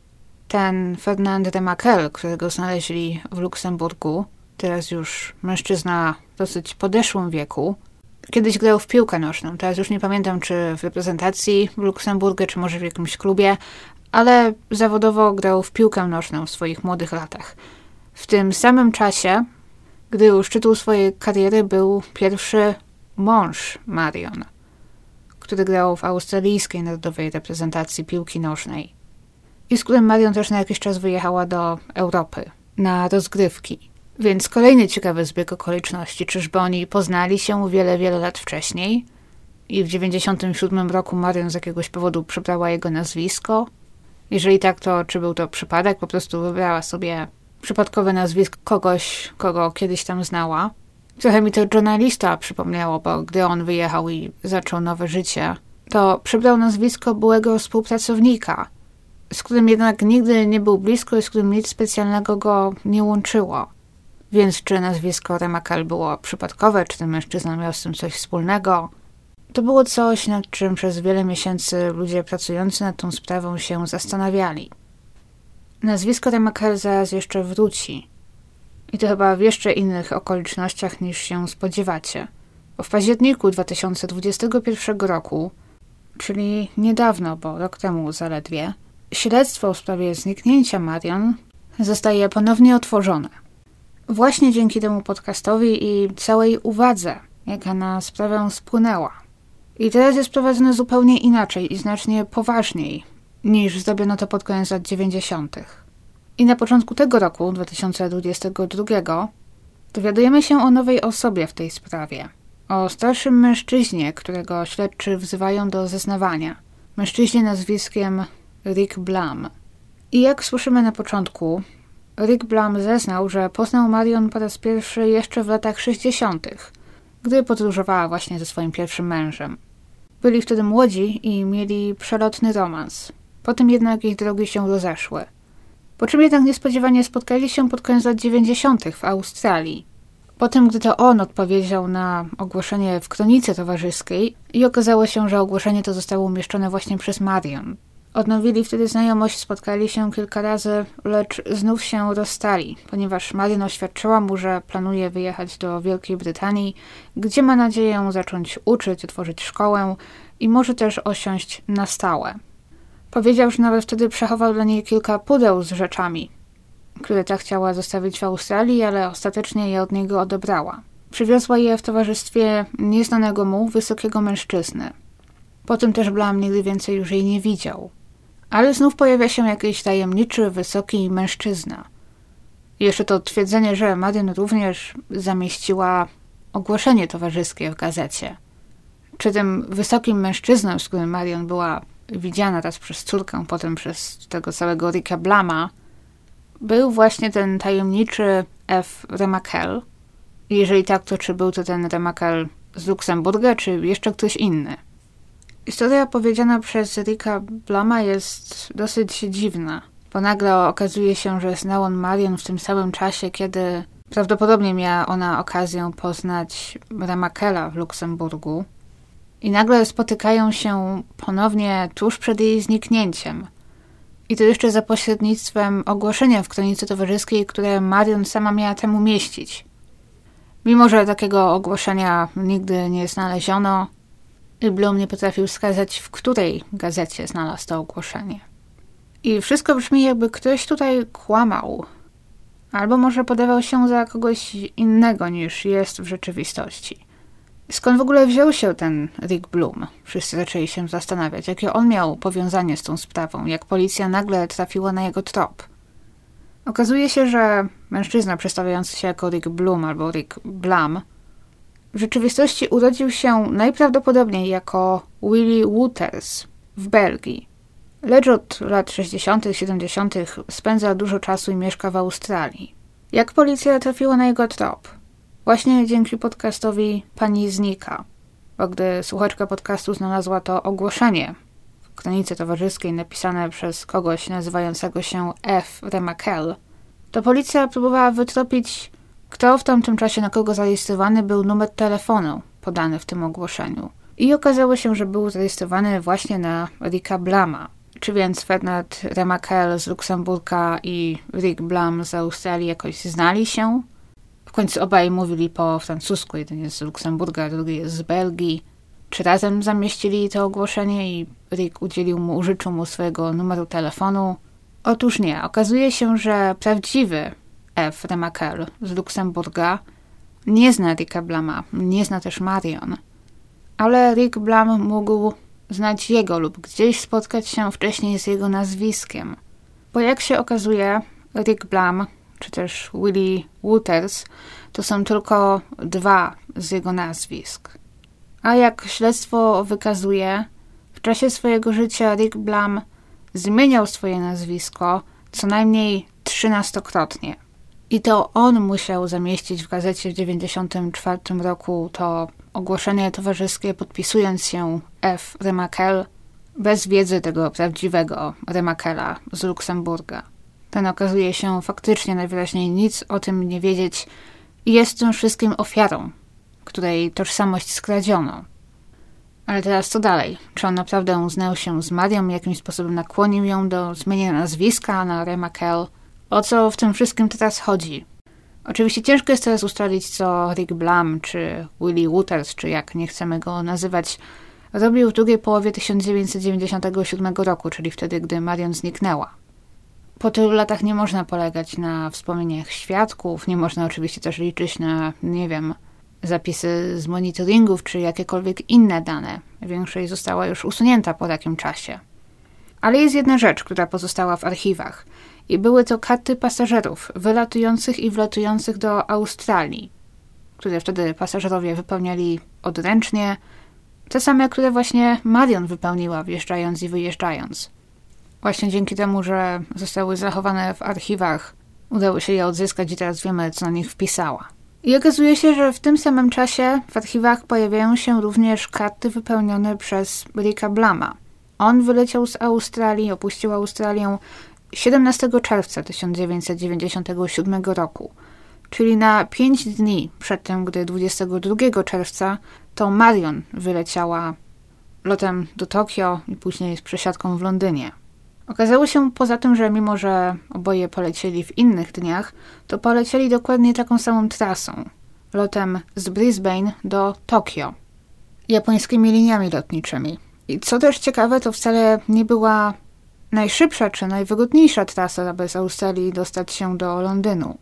Ten Fernand Remakel, którego znaleźli w Luksemburgu, teraz już mężczyzna w dosyć podeszłym wieku, kiedyś grał w piłkę nożną. Teraz już nie pamiętam, czy w reprezentacji w Luksemburgu, czy może w jakimś klubie, ale zawodowo grał w piłkę nożną w swoich młodych latach. W tym samym czasie, gdy u szczytu swojej kariery był pierwszy mąż Marion, który grał w australijskiej narodowej reprezentacji piłki nożnej i z którym Marion też na jakiś czas wyjechała do Europy na rozgrywki. Więc kolejny ciekawy zbieg okoliczności. Czyżby oni poznali się wiele, wiele lat wcześniej i w 1997 roku Marion z jakiegoś powodu przybrała jego nazwisko? Jeżeli tak, to czy był to przypadek? Po prostu wybrała sobie przypadkowe nazwisko kogoś, kogo kiedyś tam znała. Trochę mi to Johna Lista przypomniało, bo gdy on wyjechał i zaczął nowe życie, to przybrał nazwisko byłego współpracownika, z którym jednak nigdy nie był blisko i z którym nic specjalnego go nie łączyło. Więc czy nazwisko Remakel było przypadkowe, czy ten mężczyzna miał z tym coś wspólnego? To było coś, nad czym przez wiele miesięcy ludzie pracujący nad tą sprawą się zastanawiali. Nazwisko Remakel zaraz jeszcze wróci. I to chyba w jeszcze innych okolicznościach niż się spodziewacie. Bo w październiku 2021 roku, czyli niedawno, bo rok temu zaledwie, śledztwo w sprawie zniknięcia Marion zostaje ponownie otworzone. Właśnie dzięki temu podcastowi i całej uwadze, jaka na sprawę spłynęła. I teraz jest prowadzone zupełnie inaczej i znacznie poważniej, niż zrobiono to pod koniec lat 90. I na początku tego roku, 2022, dowiadujemy się o nowej osobie w tej sprawie. O starszym mężczyźnie, którego śledczy wzywają do zeznawania. Mężczyźnie nazwiskiem Rick Blum. I jak słyszymy na początku, Rick Blum zeznał, że poznał Marion po raz pierwszy jeszcze w latach 60., gdy podróżowała właśnie ze swoim pierwszym mężem. Byli wtedy młodzi i mieli przelotny romans. Potem jednak ich drogi się rozeszły. Po czym jednak niespodziewanie spotkali się pod koniec lat 90. w Australii. Potem, gdy to on odpowiedział na ogłoszenie w kronice towarzyskiej i okazało się, że ogłoszenie to zostało umieszczone właśnie przez Marion. Odnowili wtedy znajomość, spotkali się kilka razy, lecz znów się rozstali, ponieważ Marion oświadczyła mu, że planuje wyjechać do Wielkiej Brytanii, gdzie ma nadzieję zacząć uczyć, otworzyć szkołę i może też osiąść na stałe. Powiedział, że nawet wtedy przechował dla niej kilka pudeł z rzeczami, które ta chciała zostawić w Australii, ale ostatecznie je od niego odebrała. Przywiozła je w towarzystwie nieznanego mu wysokiego mężczyzny. Potem też Blam nigdy więcej już jej nie widział. Ale znów pojawia się jakiś tajemniczy, wysoki mężczyzna. I jeszcze to twierdzenie, że Marion również zamieściła ogłoszenie towarzyskie w gazecie. Czy tym wysokim mężczyzną, z którym Marion była widziana raz przez córkę, potem przez tego całego Ricka Blama, był właśnie ten tajemniczy F. Remakel. I jeżeli tak, to czy był to ten Remakel z Luksemburga, czy jeszcze ktoś inny? Historia opowiedziana przez Ricka Blama jest dosyć dziwna, bo nagle okazuje się, że znał on Marion w tym samym czasie, kiedy prawdopodobnie miała ona okazję poznać Remakela w Luksemburgu. I nagle spotykają się ponownie tuż przed jej zniknięciem. I to jeszcze za pośrednictwem ogłoszenia w kronice towarzyskiej, które Marion sama miała temu mieścić. Mimo że takiego ogłoszenia nigdy nie znaleziono, i Bloom nie potrafił wskazać, w której gazecie znalazł to ogłoszenie. I wszystko brzmi, jakby ktoś tutaj kłamał. Albo może podawał się za kogoś innego, niż jest w rzeczywistości. Skąd w ogóle wziął się ten Rick Bloom? Wszyscy zaczęli się zastanawiać, jakie on miał powiązanie z tą sprawą, jak policja nagle trafiła na jego trop. Okazuje się, że mężczyzna przedstawiający się jako Rick Bloom albo Rick Blam w rzeczywistości urodził się najprawdopodobniej jako Willie Wouters w Belgii. Lecz od lat 60., 70. spędza dużo czasu i mieszka w Australii. Jak policja trafiła na jego trop? Właśnie dzięki podcastowi Pani Znika, bo gdy słuchaczka podcastu znalazła to ogłoszenie w kronice towarzyskiej napisane przez kogoś nazywającego się F. Remakel, to policja próbowała wytropić, kto w tamtym czasie na kogo zarejestrowany był numer telefonu podany w tym ogłoszeniu. I okazało się, że był zarejestrowany właśnie na Ricka Blama. Czy więc Fernand Remakel z Luksemburga i Rick Blam z Australii jakoś znali się? W końcu obaj mówili po francusku, jeden jest z Luksemburga, drugi jest z Belgii. Czy razem zamieścili to ogłoszenie i Rick użyczył mu swojego numeru telefonu? Otóż nie. Okazuje się, że prawdziwy F. Remakel z Luksemburga nie zna Ricka Blama, nie zna też Marion. Ale Rick Blam mógł znać jego lub gdzieś spotkać się wcześniej z jego nazwiskiem. Bo jak się okazuje, Rick Blam czy też Willie Wouters to są tylko dwa z jego nazwisk. A jak śledztwo wykazuje, w czasie swojego życia Rick Blam zmieniał swoje nazwisko co najmniej 13-krotnie. I to on musiał zamieścić w gazecie w 1994 roku to ogłoszenie towarzyskie, podpisując się F. Remakel, bez wiedzy tego prawdziwego Remakela z Luksemburga. Ten okazuje się faktycznie najwyraźniej nic o tym nie wiedzieć i jest tym wszystkim ofiarą, której tożsamość skradziono. Ale teraz co dalej? Czy on naprawdę znał się z Marią, jakimś sposobem nakłonił ją do zmienienia nazwiska na Remakel? O co w tym wszystkim teraz chodzi? Oczywiście ciężko jest teraz ustalić, co Rick Blam, czy Willie Wouters, czy jak nie chcemy go nazywać, robił w drugiej połowie 1997 roku, czyli wtedy, gdy Marion zniknęła. Po tylu latach nie można polegać na wspomnieniach świadków, nie można oczywiście też liczyć na, zapisy z monitoringów, czy jakiekolwiek inne dane. Większość została już usunięta po takim czasie. Ale jest jedna rzecz, która pozostała w archiwach. I były to karty pasażerów wylatujących i wlatujących do Australii, które wtedy pasażerowie wypełniali odręcznie, te same, które właśnie Marion wypełniła wjeżdżając i wyjeżdżając. Właśnie dzięki temu, że zostały zachowane w archiwach, udało się je odzyskać i teraz wiemy, co na nich wpisała. I okazuje się, że w tym samym czasie w archiwach pojawiają się również karty wypełnione przez Ricka Blama. On wyleciał z Australii, opuścił Australię 17 czerwca 1997 roku, czyli na 5 dni przed tym, gdy 22 czerwca to Marion wyleciała lotem do Tokio i później z przesiadką w Londynie. Okazało się poza tym, że mimo, że oboje polecieli w innych dniach, to polecieli dokładnie taką samą trasą. Lotem z Brisbane do Tokio. Japońskimi liniami lotniczymi. I co też ciekawe, to wcale nie była najszybsza czy najwygodniejsza trasa, aby z Australii dostać się do Londynu.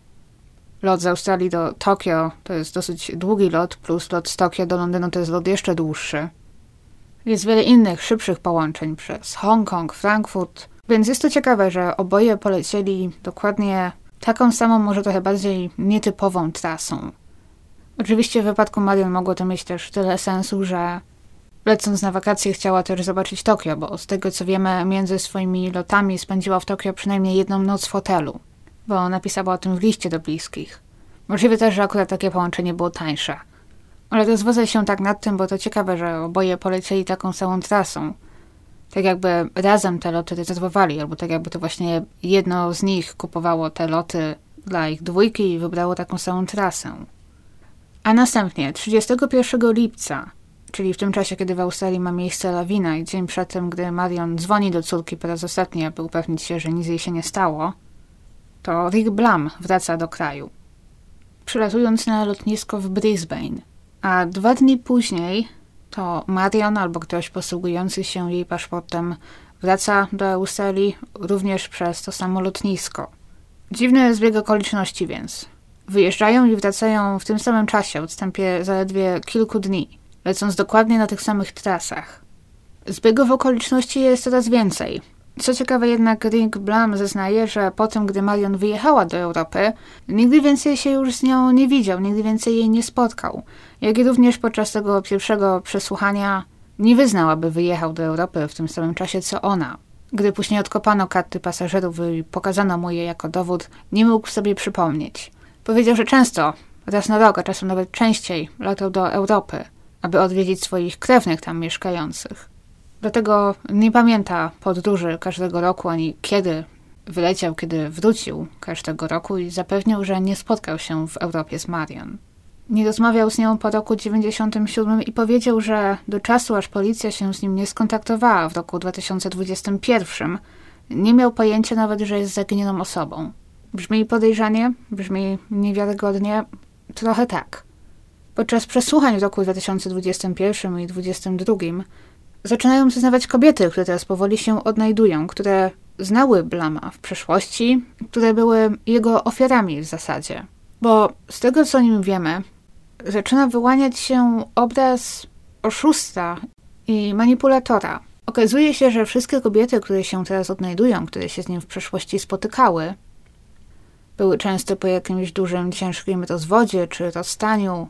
Lot z Australii do Tokio to jest dosyć długi lot, plus lot z Tokio do Londynu to jest lot jeszcze dłuższy. Jest wiele innych, szybszych połączeń przez Hongkong, Frankfurt, więc jest to ciekawe, że oboje polecieli dokładnie taką samą, może trochę bardziej nietypową trasą. Oczywiście w wypadku Marion mogło to mieć też tyle sensu, że lecąc na wakacje chciała też zobaczyć Tokio, bo z tego co wiemy, między swoimi lotami spędziła w Tokio przynajmniej jedną noc w hotelu, bo napisała o tym w liście do bliskich. Możliwe też, że akurat takie połączenie było tańsze. Ale rozwodzę się tak nad tym, bo to ciekawe, że oboje polecieli taką samą trasą. Tak jakby razem te loty rezerwowali, albo tak jakby to właśnie jedno z nich kupowało te loty dla ich dwójki i wybrało taką samą trasę. A następnie 31 lipca, czyli w tym czasie, kiedy w Australii ma miejsce lawina i dzień przed tym, gdy Marion dzwoni do córki po raz ostatni, aby upewnić się, że nic jej się nie stało, to Rick Blum wraca do kraju, przylatując na lotnisko w Brisbane. A 2 dni później to Marion albo ktoś posługujący się jej paszportem wraca do Australii również przez to samo lotnisko. Dziwny zbieg okoliczności więc. Wyjeżdżają i wracają w tym samym czasie, w odstępie zaledwie kilku dni, lecąc dokładnie na tych samych trasach. Zbiegów okoliczności jest coraz więcej. Co ciekawe jednak, Rick Blum zeznaje, że po tym, gdy Marion wyjechała do Europy, nigdy więcej się już z nią nie widział, nigdy więcej jej nie spotkał. Jak i również podczas tego pierwszego przesłuchania nie wyznał, aby wyjechał do Europy w tym samym czasie co ona. Gdy później odkopano karty pasażerów i pokazano mu je jako dowód, nie mógł sobie przypomnieć. Powiedział, że często, raz na rok, a czasem nawet częściej, latał do Europy, aby odwiedzić swoich krewnych tam mieszkających. Dlatego nie pamięta podróży każdego roku, ani kiedy wyleciał, kiedy wrócił każdego roku i zapewnił, że nie spotkał się w Europie z Marion. Nie rozmawiał z nią po roku 97 i powiedział, że do czasu, aż policja się z nim nie skontaktowała w roku 2021, nie miał pojęcia nawet, że jest zaginioną osobą. Brzmi podejrzanie, brzmi niewiarygodnie, trochę tak. Podczas przesłuchań w roku 2021 i 2022 zaczynają zeznawać kobiety, które teraz powoli się odnajdują, które znały Bluma w przeszłości, które były jego ofiarami w zasadzie. Bo z tego, co o nim wiemy, zaczyna wyłaniać się obraz oszusta i manipulatora. Okazuje się, że wszystkie kobiety, które się teraz odnajdują, które się z nim w przeszłości spotykały, były często po jakimś dużym, ciężkim rozwodzie czy rozstaniu,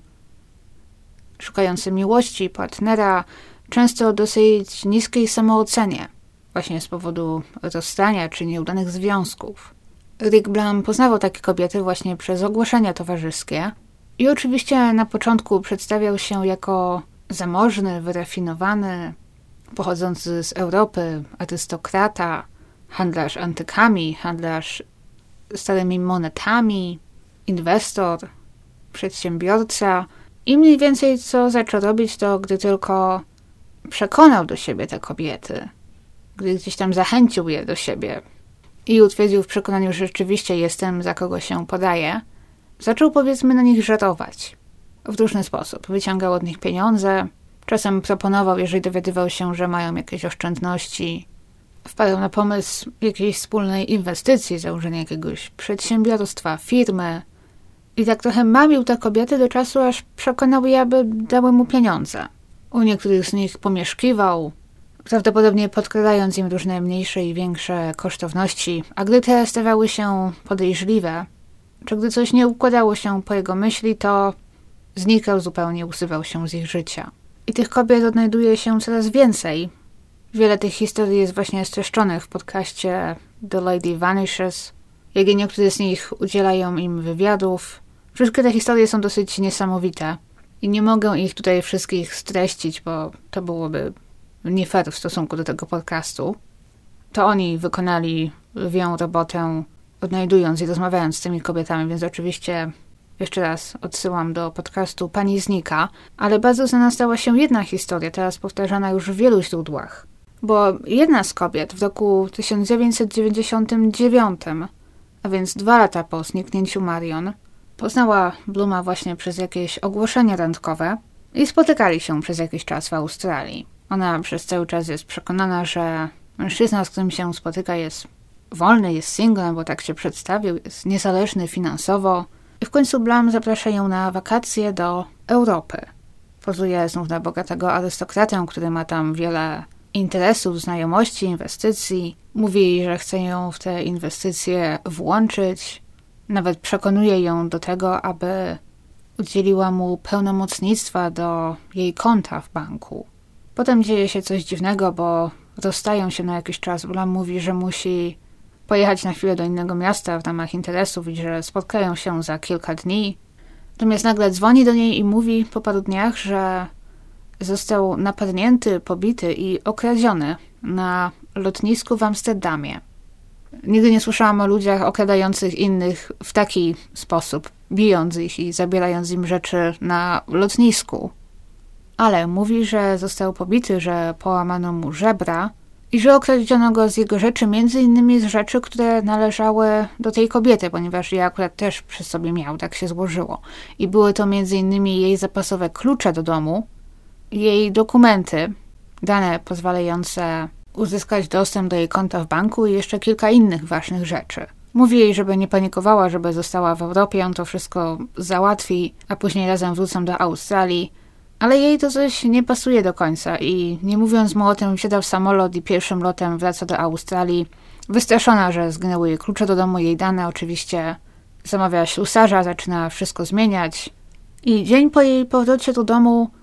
szukające miłości, partnera, często o dosyć niskiej samoocenie, właśnie z powodu rozstania czy nieudanych związków. Rick Blum poznawał takie kobiety właśnie przez ogłoszenia towarzyskie i oczywiście na początku przedstawiał się jako zamożny, wyrafinowany, pochodzący z Europy, arystokrata, handlarz antykami, handlarz starymi monetami, inwestor, przedsiębiorca i mniej więcej co zaczął robić, to gdy tylko przekonał do siebie te kobiety, gdy gdzieś tam zachęcił je do siebie i utwierdził w przekonaniu, że rzeczywiście jestem, za kogo się podaje, zaczął powiedzmy na nich żerować w różny sposób. Wyciągał od nich pieniądze, czasem proponował, jeżeli dowiadywał się, że mają jakieś oszczędności, wpadał na pomysł jakiejś wspólnej inwestycji, założenia jakiegoś przedsiębiorstwa, firmy i tak trochę mamił te kobiety do czasu, aż przekonał je, aby dały mu pieniądze. U niektórych z nich pomieszkiwał, prawdopodobnie podkradając im różne mniejsze i większe kosztowności, a gdy te stawały się podejrzliwe, czy gdy coś nie układało się po jego myśli, to znikał zupełnie, usuwał się z ich życia. I tych kobiet odnajduje się coraz więcej. Wiele tych historii jest właśnie streszczonych w podcaście The Lady Vanishes, jak i niektóre z nich udzielają im wywiadów. Wszystkie te historie są dosyć niesamowite i nie mogę ich tutaj wszystkich streścić, bo to byłoby nie fair w stosunku do tego podcastu. To oni wykonali lwią robotę, odnajdując i rozmawiając z tymi kobietami, więc oczywiście jeszcze raz odsyłam do podcastu Pani Znika, ale bardzo znana stała się jedna historia, teraz powtarzana już w wielu źródłach, bo jedna z kobiet w roku 1999, a więc 2 lata po zniknięciu Marion, poznała Blooma właśnie przez jakieś ogłoszenie randkowe i spotykali się przez jakiś czas w Australii. Ona przez cały czas jest przekonana, że mężczyzna, z którym się spotyka, jest wolny, jest singlem, bo tak się przedstawił, jest niezależny finansowo. I w końcu Bloom zaprasza ją na wakacje do Europy. Pozuje znów na bogatego arystokratę, który ma tam wiele interesów, znajomości, inwestycji. Mówi jej, że chce ją w te inwestycje włączyć. Nawet przekonuje ją do tego, aby udzieliła mu pełnomocnictwa do jej konta w banku. Potem dzieje się coś dziwnego, bo rozstają się na jakiś czas. Bloom mówi, że musi pojechać na chwilę do innego miasta w ramach interesów i że spotkają się za kilka dni. Natomiast nagle dzwoni do niej i mówi po paru dniach, że został napadnięty, pobity i okradziony na lotnisku w Amsterdamie. Nigdy nie słyszałam o ludziach okradających innych w taki sposób, bijąc ich i zabierając im rzeczy na lotnisku. Ale mówi, że został pobity, że połamano mu żebra i że okradziono go z jego rzeczy, między innymi z rzeczy, które należały do tej kobiety, ponieważ je akurat też przy sobie miał, tak się złożyło. I były to między innymi jej zapasowe klucze do domu, jej dokumenty, dane pozwalające uzyskać dostęp do jej konta w banku i jeszcze kilka innych ważnych rzeczy. Mówi jej, żeby nie panikowała, żeby została w Europie, on to wszystko załatwi, a później razem wrócą do Australii. Ale jej to coś nie pasuje do końca i nie mówiąc mu o tym, wsiada w samolot i pierwszym lotem wraca do Australii. Wystraszona, że zginęły jej klucze do domu, jej dane oczywiście. Zamawia ślusarza, zaczyna wszystko zmieniać. I dzień po jej powrocie do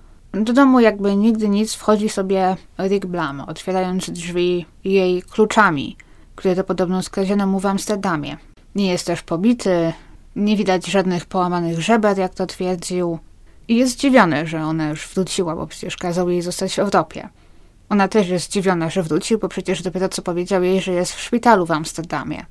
domu jakby nigdy nic wchodzi sobie Rick Bloom, otwierając drzwi jej kluczami, które to podobno skradziono mu w Amsterdamie. Nie jest też pobity, nie widać żadnych połamanych żeber, jak to twierdził. I jest zdziwiony, że ona już wróciła, bo przecież kazał jej zostać w Europie. Ona też jest zdziwiona, że wrócił, bo przecież dopiero co powiedział jej, że jest w szpitalu w Amsterdamie.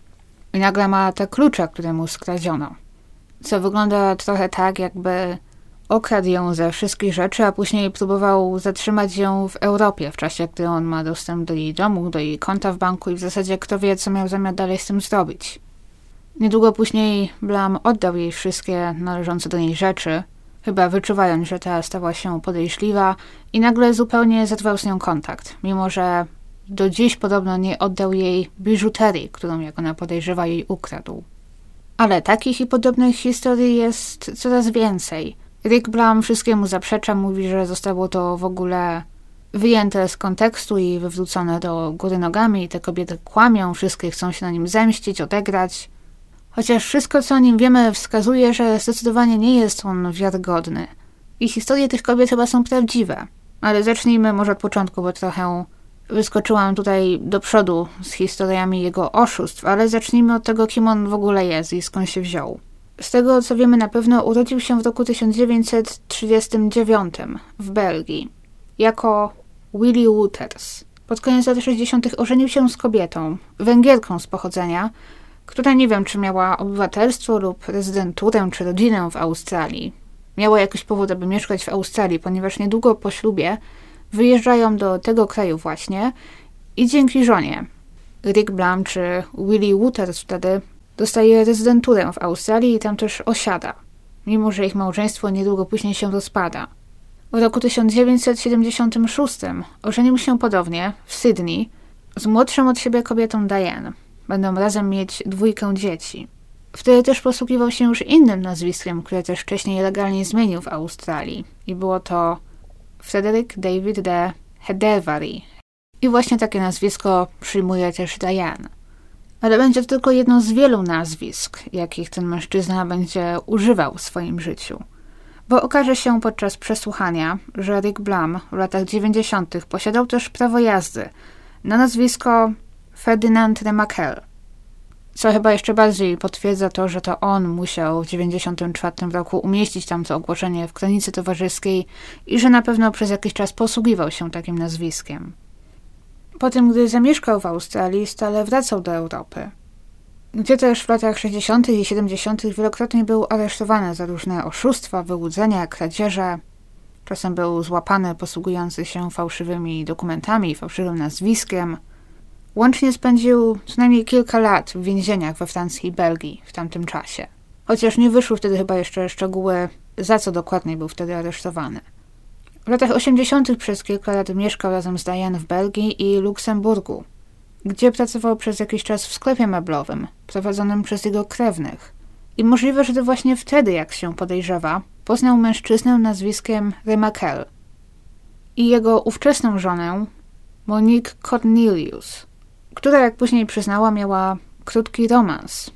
I nagle ma te klucze, które mu skradziono. Co wygląda trochę tak, jakby okradł ją ze wszystkich rzeczy, a później próbował zatrzymać ją w Europie w czasie, gdy on ma dostęp do jej domu, do jej konta w banku i w zasadzie kto wie, co miał zamiar dalej z tym zrobić. Niedługo później Bloom oddał jej wszystkie należące do niej rzeczy, chyba wyczuwając, że ta stała się podejrzliwa i nagle zupełnie zerwał z nią kontakt, mimo że do dziś podobno nie oddał jej biżuterii, którą, jak ona podejrzewa, jej ukradł. Ale takich i podobnych historii jest coraz więcej. Rick Bloom wszystkiemu zaprzecza, mówi, że zostało to w ogóle wyjęte z kontekstu i wywrócone do góry nogami i te kobiety kłamią, wszystkie chcą się na nim zemścić, odegrać. Chociaż wszystko, co o nim wiemy, wskazuje, że zdecydowanie nie jest on wiarygodny. I historie tych kobiet chyba są prawdziwe. Ale zacznijmy może od początku, bo trochę wyskoczyłam tutaj do przodu z historiami jego oszustw, ale zacznijmy od tego, kim on w ogóle jest i skąd się wziął. Z tego, co wiemy na pewno, urodził się w roku 1939 w Belgii jako Willie Wouters. Pod koniec lat 60. ożenił się z kobietą, Węgierką z pochodzenia, która nie wiem, czy miała obywatelstwo lub rezydenturę, czy rodzinę w Australii. Miała jakiś powód, aby mieszkać w Australii, ponieważ niedługo po ślubie wyjeżdżają do tego kraju właśnie i dzięki żonie Rick Bloom czy Willie Wouters wtedy dostaje rezydenturę w Australii i tam też osiada, mimo że ich małżeństwo niedługo później się rozpada. W roku 1976 ożenił się ponownie w Sydney z młodszą od siebie kobietą Diane. Będą razem mieć 2 dzieci. Wtedy też posługiwał się już innym nazwiskiem, które też wcześniej legalnie zmienił w Australii. I było to Frederick David de Hedervary. I właśnie takie nazwisko przyjmuje też Diane. Ale będzie to tylko jedno z wielu nazwisk, jakich ten mężczyzna będzie używał w swoim życiu. Bo okaże się podczas przesłuchania, że Rick Bloom w latach 90. posiadał też prawo jazdy na nazwisko Ferdinand Remakel, co chyba jeszcze bardziej potwierdza to, że to on musiał w 1994 roku umieścić tamto ogłoszenie w kronice towarzyskiej i że na pewno przez jakiś czas posługiwał się takim nazwiskiem. Po tym, gdy zamieszkał w Australii, stale wracał do Europy, gdzie też w latach 60. i 70. wielokrotnie był aresztowany za różne oszustwa, wyłudzenia, kradzieże. Czasem był złapany posługujący się fałszywymi dokumentami, fałszywym nazwiskiem. Łącznie spędził co najmniej kilka lat w więzieniach we Francji i Belgii w tamtym czasie. Chociaż nie wyszły wtedy chyba jeszcze szczegóły, za co dokładnie był wtedy aresztowany. W latach 80. przez kilka lat mieszkał razem z Diane w Belgii i Luksemburgu, gdzie pracował przez jakiś czas w sklepie meblowym, prowadzonym przez jego krewnych. I możliwe, że to właśnie wtedy, jak się podejrzewa, poznał mężczyznę nazwiskiem Remakel i jego ówczesną żonę Monique Cornelius, która, jak później przyznała, miała krótki romans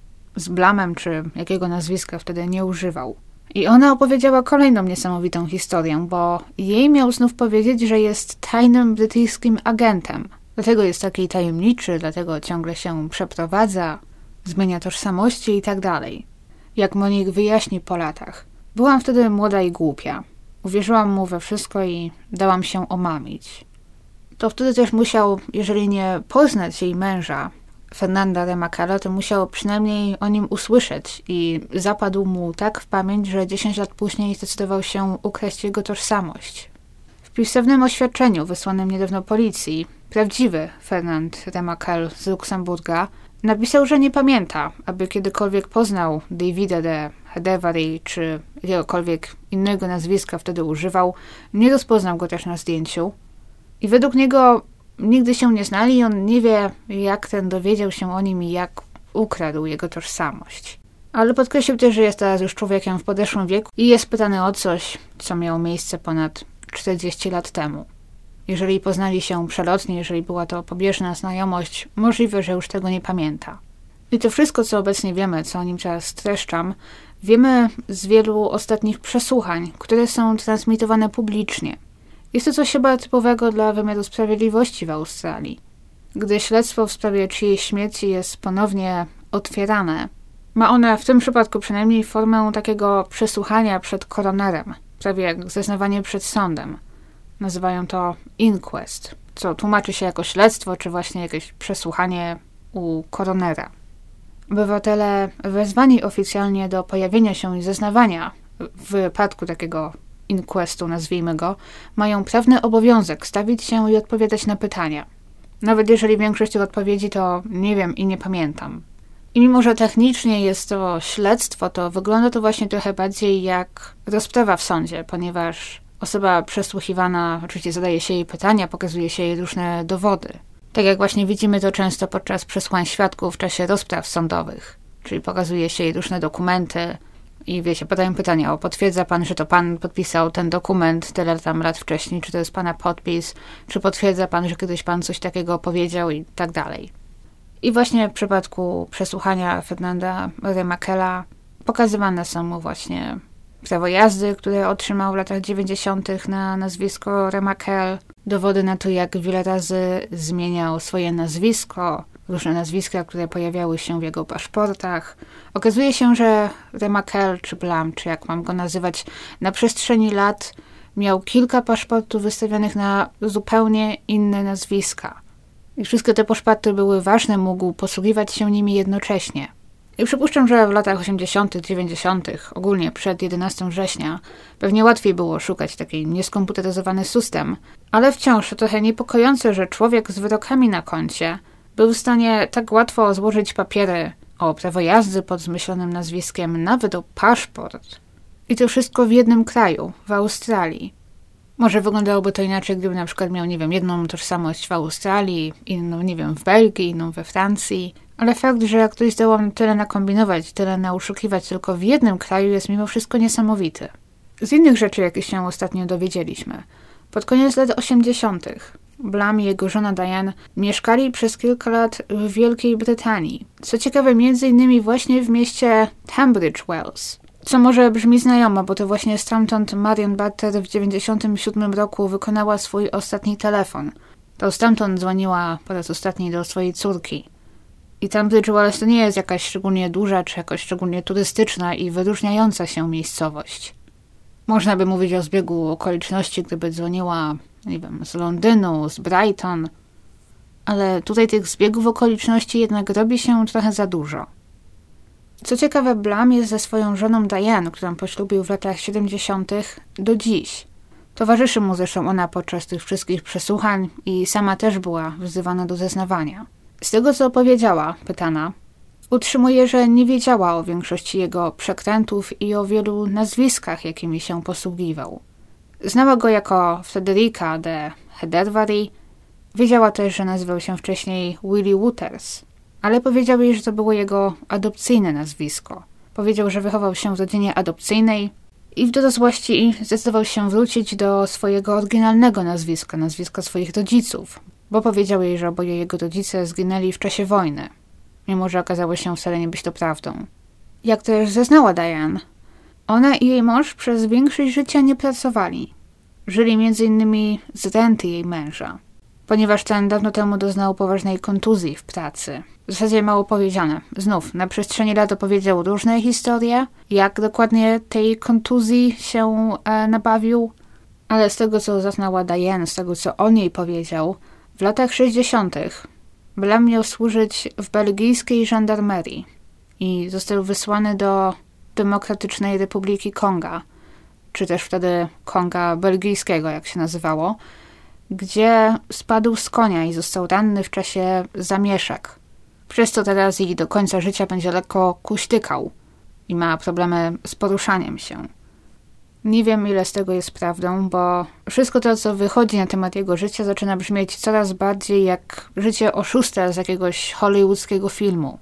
z Blamem, czy jakiego nazwiska wtedy nie używał. I ona opowiedziała kolejną niesamowitą historię, bo jej miał znów powiedzieć, że jest tajnym brytyjskim agentem. Dlatego jest taki tajemniczy, dlatego ciągle się przeprowadza, zmienia tożsamości i tak dalej. Jak Monique wyjaśni po latach. Byłam wtedy młoda i głupia. Uwierzyłam mu we wszystko i dałam się omamić. To wtedy też musiał, jeżeli nie poznać jej męża, Fernanda Remakela, to musiał przynajmniej o nim usłyszeć i zapadł mu tak w pamięć, że 10 lat później zdecydował się ukraść jego tożsamość. W pisemnym oświadczeniu wysłanym niedawno policji prawdziwy Fernand Remakel z Luksemburga napisał, że nie pamięta, aby kiedykolwiek poznał Davida de Hedevary czy jakiegokolwiek innego nazwiska wtedy używał. Nie rozpoznał go też na zdjęciu. I według niego nigdy się nie znali i on nie wie, jak ten dowiedział się o nim i jak ukradł jego tożsamość. Ale podkreślił też, że jest teraz już człowiekiem w podeszłym wieku i jest pytany o coś, co miało miejsce ponad 40 lat temu. Jeżeli poznali się przelotnie, jeżeli była to pobieżna znajomość, możliwe, że już tego nie pamięta. I to wszystko, co obecnie wiemy, co o nim teraz streszczam, wiemy z wielu ostatnich przesłuchań, które są transmitowane publicznie. Jest to coś chyba typowego dla wymiaru sprawiedliwości w Australii. Gdy śledztwo w sprawie czyjejś śmierci jest ponownie otwierane, ma one w tym przypadku przynajmniej formę takiego przesłuchania przed koronerem, prawie jak zeznawanie przed sądem. Nazywają to inquest, co tłumaczy się jako śledztwo, czy właśnie jakieś przesłuchanie u koronera. Obywatele wezwani oficjalnie do pojawienia się i zeznawania w wypadku takiego inquestu, nazwijmy go, mają prawny obowiązek stawić się i odpowiadać na pytania. Nawet jeżeli większość tych odpowiedzi to nie wiem i nie pamiętam. I mimo, że technicznie jest to śledztwo, to wygląda to właśnie trochę bardziej jak rozprawa w sądzie, ponieważ osoba przesłuchiwana oczywiście zadaje się jej pytania, pokazuje się jej różne dowody. Tak jak właśnie widzimy to często podczas przesłuchań świadków w czasie rozpraw sądowych. Czyli pokazuje się jej różne dokumenty i wiecie, padają pytania o potwierdza pan, że to pan podpisał ten dokument tyle tam lat wcześniej, czy to jest pana podpis, czy potwierdza pan, że kiedyś pan coś takiego powiedział i tak dalej. I właśnie w przypadku przesłuchania Fernanda Remakela pokazywane są mu właśnie prawo jazdy, które otrzymał w latach 90. na nazwisko Remakel, dowody na to, jak wiele razy zmieniał swoje nazwisko, różne nazwiska, które pojawiały się w jego paszportach. Okazuje się, że Remakel, czy Blam, czy jak mam go nazywać, na przestrzeni lat miał kilka paszportów wystawionych na zupełnie inne nazwiska. I wszystkie te paszporty były ważne, mógł posługiwać się nimi jednocześnie. I przypuszczam, że w latach 80., 90., ogólnie przed 11 września, pewnie łatwiej było szukać taki nieskomputeryzowany system, ale wciąż to trochę niepokojące, że człowiek z wyrokami na koncie był w stanie tak łatwo złożyć papiery o prawo jazdy pod zmyślonym nazwiskiem, nawet o paszport. I to wszystko w jednym kraju, w Australii. Może wyglądałoby to inaczej, gdyby na przykład miał, nie wiem, jedną tożsamość w Australii, inną, nie wiem, w Belgii, inną we Francji. Ale fakt, że ktoś zdołał tyle nakombinować, tyle nauszukiwać tylko w jednym kraju jest mimo wszystko niesamowity. Z innych rzeczy, jakie się ostatnio dowiedzieliśmy. Pod koniec lat 80. Blam i jego żona Diane mieszkali przez kilka lat w Wielkiej Brytanii. Co ciekawe, między innymi właśnie w mieście Tunbridge Wells. Co może brzmi znajomo, bo to właśnie stamtąd Marion Barter w 1997 roku wykonała swój ostatni telefon. To stamtąd dzwoniła po raz ostatni do swojej córki. I Tunbridge Wells to nie jest jakaś szczególnie duża, czy jakaś szczególnie turystyczna i wyróżniająca się miejscowość. Można by mówić o zbiegu okoliczności, gdyby dzwoniła, nie wiem, z Londynu, z Brighton, ale tutaj tych zbiegów okoliczności jednak robi się trochę za dużo. Co ciekawe, Blam jest ze swoją żoną Diane, którą poślubił w latach 70. do dziś. Towarzyszy mu zresztą ona podczas tych wszystkich przesłuchań i sama też była wzywana do zeznawania. Z tego, co opowiedziała, pytana, utrzymuje, że nie wiedziała o większości jego przekrętów i o wielu nazwiskach, jakimi się posługiwał. Znała go jako Frederica de Hedervary. Wiedziała też, że nazywał się wcześniej Willie Wouters, ale powiedział jej, że to było jego adopcyjne nazwisko. Powiedział, że wychował się w rodzinie adopcyjnej i w dorosłości zdecydował się wrócić do swojego oryginalnego nazwiska swoich rodziców, bo powiedział jej, że oboje jego rodzice zginęli w czasie wojny, mimo że okazało się wcale nie być to prawdą. Jak też zeznała Diane, ona i jej mąż przez większość życia nie pracowali. Żyli m.in. z renty jej męża, ponieważ ten dawno temu doznał poważnej kontuzji w pracy. W zasadzie mało powiedziane. Znów, na przestrzeni lat opowiedział różne historie, jak dokładnie tej kontuzji się nabawił, ale z tego, co zaznała Diane, z tego, co on jej powiedział, w latach 60. Blam miał służyć w belgijskiej żandarmerii i został wysłany do Demokratycznej Republiki Konga, czy też wtedy Konga belgijskiego, jak się nazywało, gdzie spadł z konia i został ranny w czasie zamieszek. Przez to teraz i do końca życia będzie lekko kuśtykał i ma problemy z poruszaniem się. Nie wiem, ile z tego jest prawdą, bo wszystko to, co wychodzi na temat jego życia, zaczyna brzmieć coraz bardziej jak życie oszusta z jakiegoś hollywoodzkiego filmu.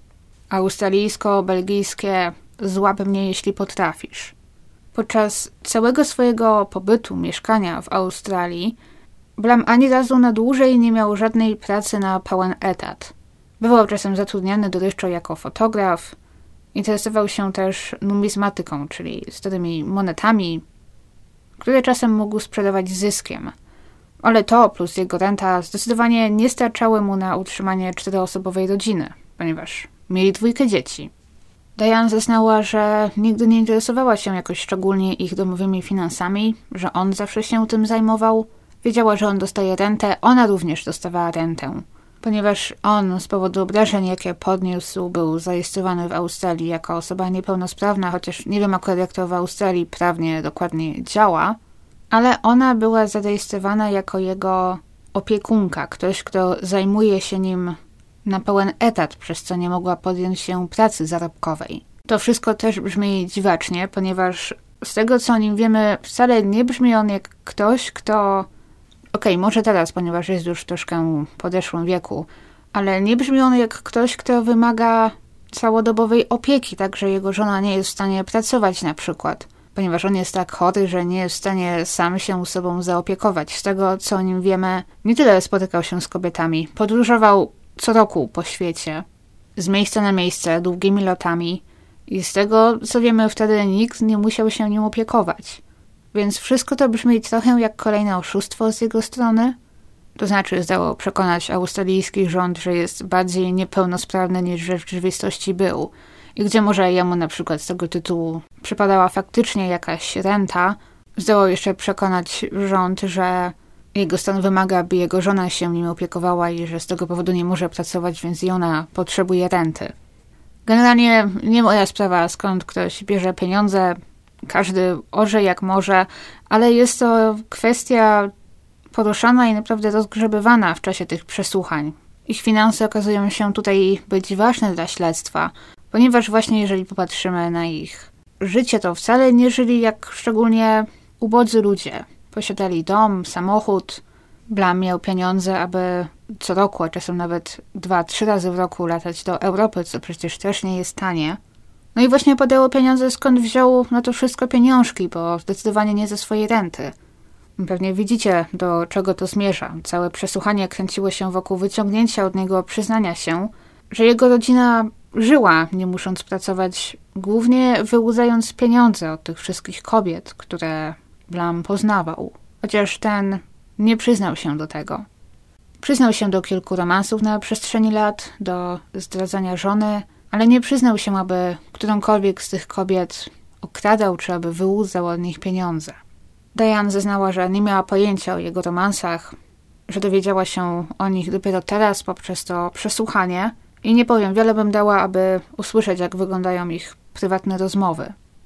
Australijsko-belgijskie złap mnie, jeśli potrafisz. Podczas całego swojego pobytu, mieszkania w Australii, Blam ani razu na dłużej nie miał żadnej pracy na pełen etat. Bywał czasem zatrudniany dorywczo jako fotograf. Interesował się też numizmatyką, czyli starymi monetami, które czasem mógł sprzedawać z zyskiem. Ale to plus jego renta zdecydowanie nie starczały mu na utrzymanie 4-osobowej rodziny, ponieważ mieli 2 dzieci. Diane zeznała, że nigdy nie interesowała się jakoś szczególnie ich domowymi finansami, że on zawsze się tym zajmował. Wiedziała, że on dostaje rentę, ona również dostawała rentę. Ponieważ on z powodu obrażeń, jakie podniósł, był zarejestrowany w Australii jako osoba niepełnosprawna, chociaż nie wiem akurat jak to w Australii prawnie dokładnie działa, ale ona była zarejestrowana jako jego opiekunka, ktoś, kto zajmuje się nim na pełen etat, przez co nie mogła podjąć się pracy zarobkowej. To wszystko też brzmi dziwacznie, ponieważ z tego, co o nim wiemy, wcale nie brzmi on jak ktoś, kto... Okej, może teraz, ponieważ jest już troszkę w podeszłym wieku, ale nie brzmi on jak ktoś, kto wymaga całodobowej opieki, tak, że jego żona nie jest w stanie pracować na przykład, ponieważ on jest tak chory, że nie jest w stanie sam się sobą zaopiekować. Z tego, co o nim wiemy, nie tyle spotykał się z kobietami, podróżował co roku po świecie, z miejsca na miejsce, długimi lotami i z tego, co wiemy, wtedy nikt nie musiał się nim opiekować. Więc wszystko to brzmi trochę jak kolejne oszustwo z jego strony. To znaczy zdało przekonać australijski rząd, że jest bardziej niepełnosprawny niż w rzeczywistości był. I gdzie może jemu na przykład z tego tytułu przypadała faktycznie jakaś renta, zdało jeszcze przekonać rząd, że jego stan wymaga, by jego żona się nim opiekowała i że z tego powodu nie może pracować, więc i ona potrzebuje renty. Generalnie nie moja sprawa, skąd ktoś bierze pieniądze. Każdy orze jak może, ale jest to kwestia poruszana i naprawdę rozgrzebywana w czasie tych przesłuchań. Ich finanse okazują się tutaj być ważne dla śledztwa, ponieważ właśnie jeżeli popatrzymy na ich życie, to wcale nie żyli jak szczególnie ubodzy ludzie. Posiadali dom, samochód. Blam miał pieniądze, aby co roku, a czasem nawet 2-3 razy w roku latać do Europy, co przecież też nie jest tanie. No i właśnie podało pieniądze, skąd wziął na to wszystko pieniążki, bo zdecydowanie nie ze swojej renty. Pewnie widzicie, do czego to zmierza. Całe przesłuchanie kręciło się wokół wyciągnięcia od niego przyznania się, że jego rodzina żyła, nie musząc pracować, głównie wyłudzając pieniądze od tych wszystkich kobiet, które Blam poznawał. Chociaż ten nie przyznał się do tego. Przyznał się do kilku romansów na przestrzeni lat, do zdradzania żony, ale nie przyznał się, aby którąkolwiek z tych kobiet okradał, czy aby wyłudzał od nich pieniądze. Diane zeznała, że nie miała pojęcia o jego romansach, że dowiedziała się o nich dopiero teraz poprzez to przesłuchanie i nie powiem, wiele bym dała, aby usłyszeć, jak wyglądają ich prywatne rozmowy.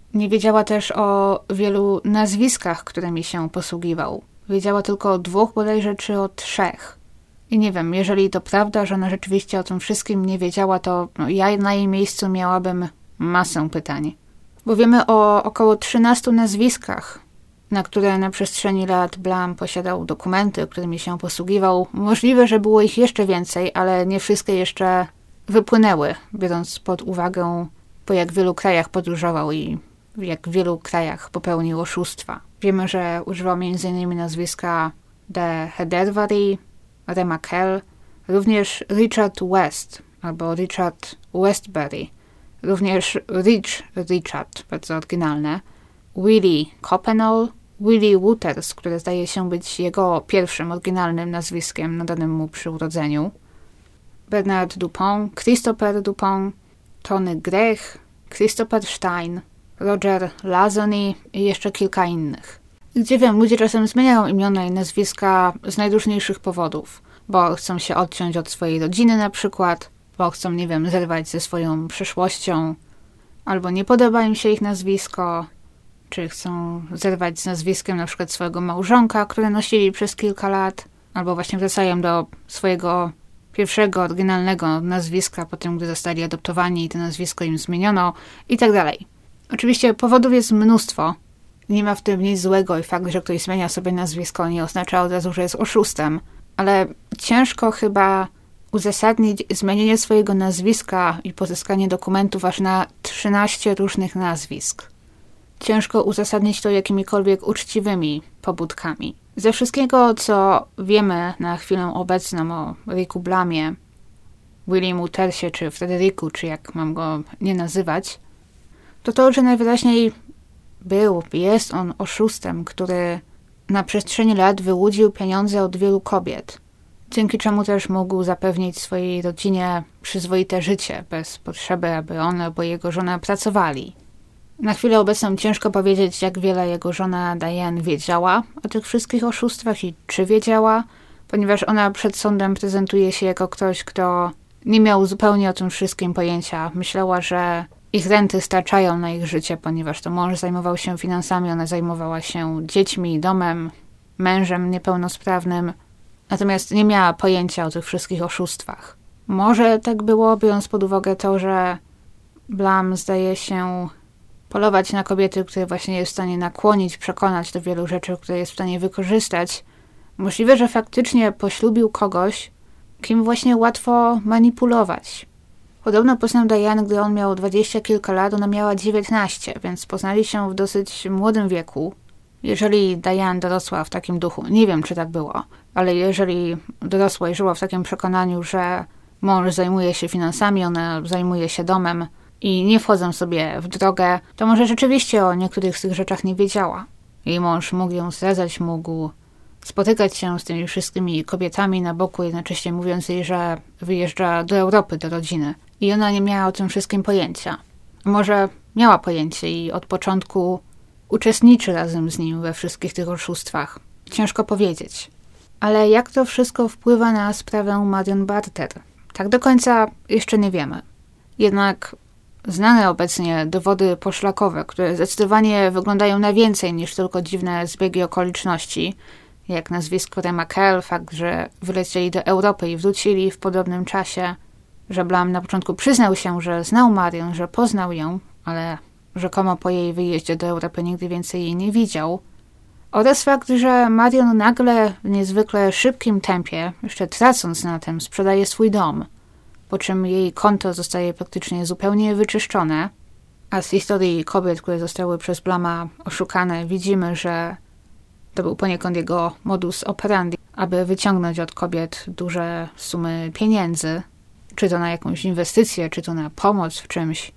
Nie wiedziała też o wielu nazwiskach, którymi się posługiwał. Wiedziała tylko o 2 bodajże, czy o 3. I nie wiem, jeżeli to prawda, że ona rzeczywiście o tym wszystkim nie wiedziała, to ja na jej miejscu miałabym masę pytań. Bo wiemy o około 13 nazwiskach, na które na przestrzeni lat Blam posiadał dokumenty, którymi się posługiwał. Możliwe, że było ich jeszcze więcej, ale nie wszystkie jeszcze wypłynęły, biorąc pod uwagę, po jak wielu krajach podróżował i w jak wielu krajach popełnił oszustwa. Wiemy, że używał m.in. nazwiska de Hedervary, Remakel, również Richard West albo Richard Westbury, również Richard, bardzo oryginalne, Willie Copenall, Willie Wouters, które zdaje się być jego pierwszym oryginalnym nazwiskiem nadanym mu przy urodzeniu, Bernard Dupont, Christopher Dupont, Tony Grech, Christopher Stein, Roger Lazony i jeszcze kilka innych. Gdzie wiem, ludzie czasem zmieniają imiona i nazwiska z najróżniejszych powodów, bo chcą się odciąć od swojej rodziny na przykład, bo chcą, nie wiem, zerwać ze swoją przeszłością, albo nie podoba im się ich nazwisko, czy chcą zerwać z nazwiskiem na przykład swojego małżonka, które nosili przez kilka lat, albo właśnie wracają do swojego pierwszego, oryginalnego nazwiska po tym, gdy zostali adoptowani i to nazwisko im zmieniono i tak dalej. Oczywiście powodów jest mnóstwo. Nie ma w tym nic złego i fakt, że ktoś zmienia sobie nazwisko, nie oznacza od razu, że jest oszustem, ale ciężko chyba uzasadnić zmienienie swojego nazwiska i pozyskanie dokumentów aż na 13 różnych nazwisk. Ciężko uzasadnić to jakimikolwiek uczciwymi pobudkami. Ze wszystkiego, co wiemy na chwilę obecną o Ricku Blamie, William Woutersie czy Frederiku, czy jak mam go nie nazywać, to, że najwyraźniej jest on oszustem, który na przestrzeni lat wyłudził pieniądze od wielu kobiet, dzięki czemu też mógł zapewnić swojej rodzinie przyzwoite życie, bez potrzeby, aby on albo jego żona pracowali. Na chwilę obecną ciężko powiedzieć, jak wiele jego żona Diane wiedziała o tych wszystkich oszustwach i czy wiedziała, ponieważ ona przed sądem prezentuje się jako ktoś, kto nie miał zupełnie o tym wszystkim pojęcia. Myślała, że ich renty starczają na ich życie, ponieważ to mąż zajmował się finansami, ona zajmowała się dziećmi, domem, mężem niepełnosprawnym, natomiast nie miała pojęcia o tych wszystkich oszustwach. Może tak było, biorąc pod uwagę to, że Blam zdaje się polować na kobiety, które właśnie jest w stanie nakłonić, przekonać do wielu rzeczy, które jest w stanie wykorzystać. Możliwe, że faktycznie poślubił kogoś, kim właśnie łatwo manipulować. Podobno poznał Diane, gdy on miał 20 kilka lat, ona miała 19, więc poznali się w dosyć młodym wieku. Jeżeli Diane dorosła w takim duchu, nie wiem, czy tak było, ale jeżeli dorosła i żyła w takim przekonaniu, że mąż zajmuje się finansami, ona zajmuje się domem i nie wchodzą sobie w drogę, to może rzeczywiście o niektórych z tych rzeczach nie wiedziała. Jej mąż mógł ją zdradzać, mógł spotykać się z tymi wszystkimi kobietami na boku, jednocześnie mówiąc jej, że wyjeżdża do Europy, do rodziny. I ona nie miała o tym wszystkim pojęcia. Może miała pojęcie i od początku uczestniczy razem z nim we wszystkich tych oszustwach. Ciężko powiedzieć. Ale jak to wszystko wpływa na sprawę Marion Barter? Tak do końca jeszcze nie wiemy. Jednak znane obecnie dowody poszlakowe, które zdecydowanie wyglądają na więcej niż tylko dziwne zbiegi okoliczności, jak nazwisko Remakel, fakt, że wylecieli do Europy i wrócili w podobnym czasie, że Blam na początku przyznał się, że znał Marion, że poznał ją, ale rzekomo po jej wyjeździe do Europy nigdy więcej jej nie widział, oraz fakt, że Marion nagle w niezwykle szybkim tempie, jeszcze tracąc na tym, sprzedaje swój dom, po czym jej konto zostaje praktycznie zupełnie wyczyszczone, a z historii kobiet, które zostały przez Blama oszukane, widzimy, że to był poniekąd jego modus operandi, aby wyciągnąć od kobiet duże sumy pieniędzy, czy to na jakąś inwestycję, czy to na pomoc w czymś.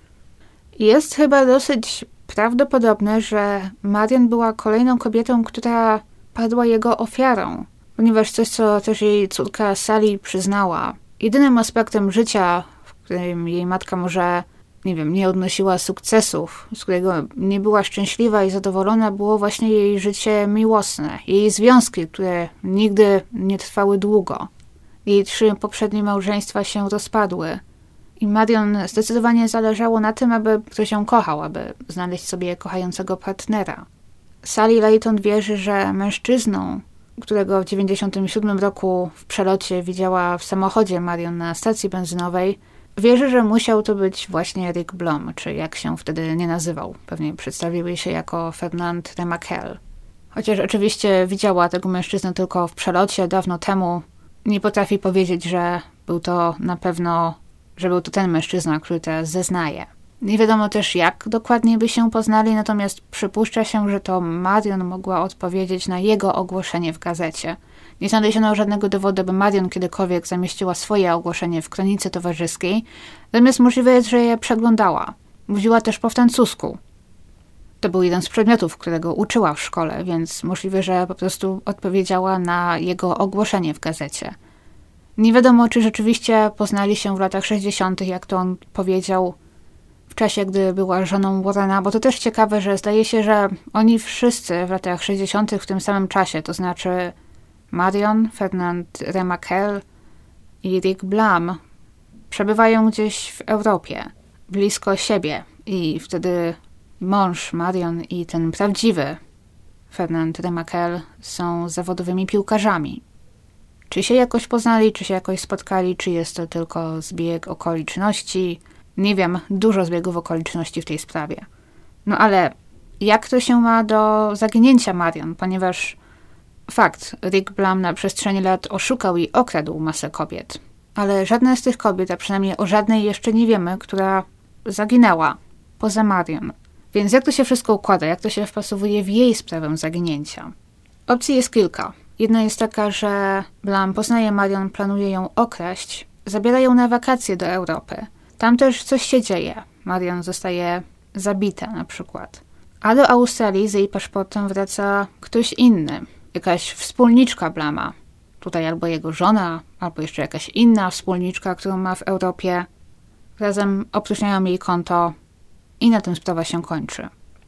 Jest chyba dosyć prawdopodobne, że Marion była kolejną kobietą, która padła jego ofiarą, ponieważ coś, co też jej córka Sally przyznała, jedynym aspektem życia, w którym jej matka może, nie odnosiła sukcesów, z którego nie była szczęśliwa i zadowolona, było właśnie jej życie miłosne, jej związki, które nigdy nie trwały długo. Jej 3 poprzednie małżeństwa się rozpadły I Marion zdecydowanie zależało na tym, aby ktoś ją kochał, aby znaleźć sobie kochającego partnera. Sally Layton wierzy, że mężczyzną, którego w 1997 roku w przelocie widziała w samochodzie Marion na stacji benzynowej, wierzy, że musiał to być właśnie Rick Blum, czy jak się wtedy nie nazywał. Pewnie przedstawił jej się jako Fernand Remakel. Chociaż oczywiście widziała tego mężczyznę tylko w przelocie dawno temu, nie potrafi powiedzieć, że był to na pewno, że był to ten mężczyzna, który teraz zeznaje. Nie wiadomo też, jak dokładnie by się poznali, natomiast przypuszcza się, że to Marion mogła odpowiedzieć na jego ogłoszenie w gazecie. Nie znaleziono żadnego dowodu, by Marion kiedykolwiek zamieściła swoje ogłoszenie w kronice towarzyskiej, natomiast możliwe jest, że je przeglądała. Mówiła też po francusku. To był jeden z przedmiotów, którego uczyła w szkole, więc możliwe, że po prostu odpowiedziała na jego ogłoszenie w gazecie. Nie wiadomo, czy rzeczywiście poznali się w latach 60., jak to on powiedział, w czasie, gdy była żoną Warrena, bo to też ciekawe, że zdaje się, że oni wszyscy w latach 60. w tym samym czasie, to znaczy Marion, Fernand Remakel i Rick Blum, przebywają gdzieś w Europie, blisko siebie i wtedy mąż Marion i ten prawdziwy Fernand Remakel są zawodowymi piłkarzami. Czy się jakoś poznali, czy się jakoś spotkali, czy jest to tylko zbieg okoliczności? Nie wiem, dużo zbiegów okoliczności w tej sprawie. No ale jak to się ma do zaginięcia Marion? Ponieważ fakt, Rick Blum na przestrzeni lat oszukał i okradł masę kobiet. Ale żadna z tych kobiet, a przynajmniej o żadnej jeszcze nie wiemy, która zaginęła poza Marion. Więc jak to się wszystko układa? Jak to się wpasowuje w jej sprawę zaginięcia? Opcji jest kilka. Jedna jest taka, że Blum poznaje Marion, planuje ją okraść, zabiera ją na wakacje do Europy. Tam też coś się dzieje. Marion zostaje zabita na przykład. A do Australii z jej paszportem wraca ktoś inny. Jakaś wspólniczka Bluma. Tutaj albo jego żona, albo jeszcze jakaś inna wspólniczka, którą ma w Europie. Razem opróżniają jej konto i na tym sprawa się kończy.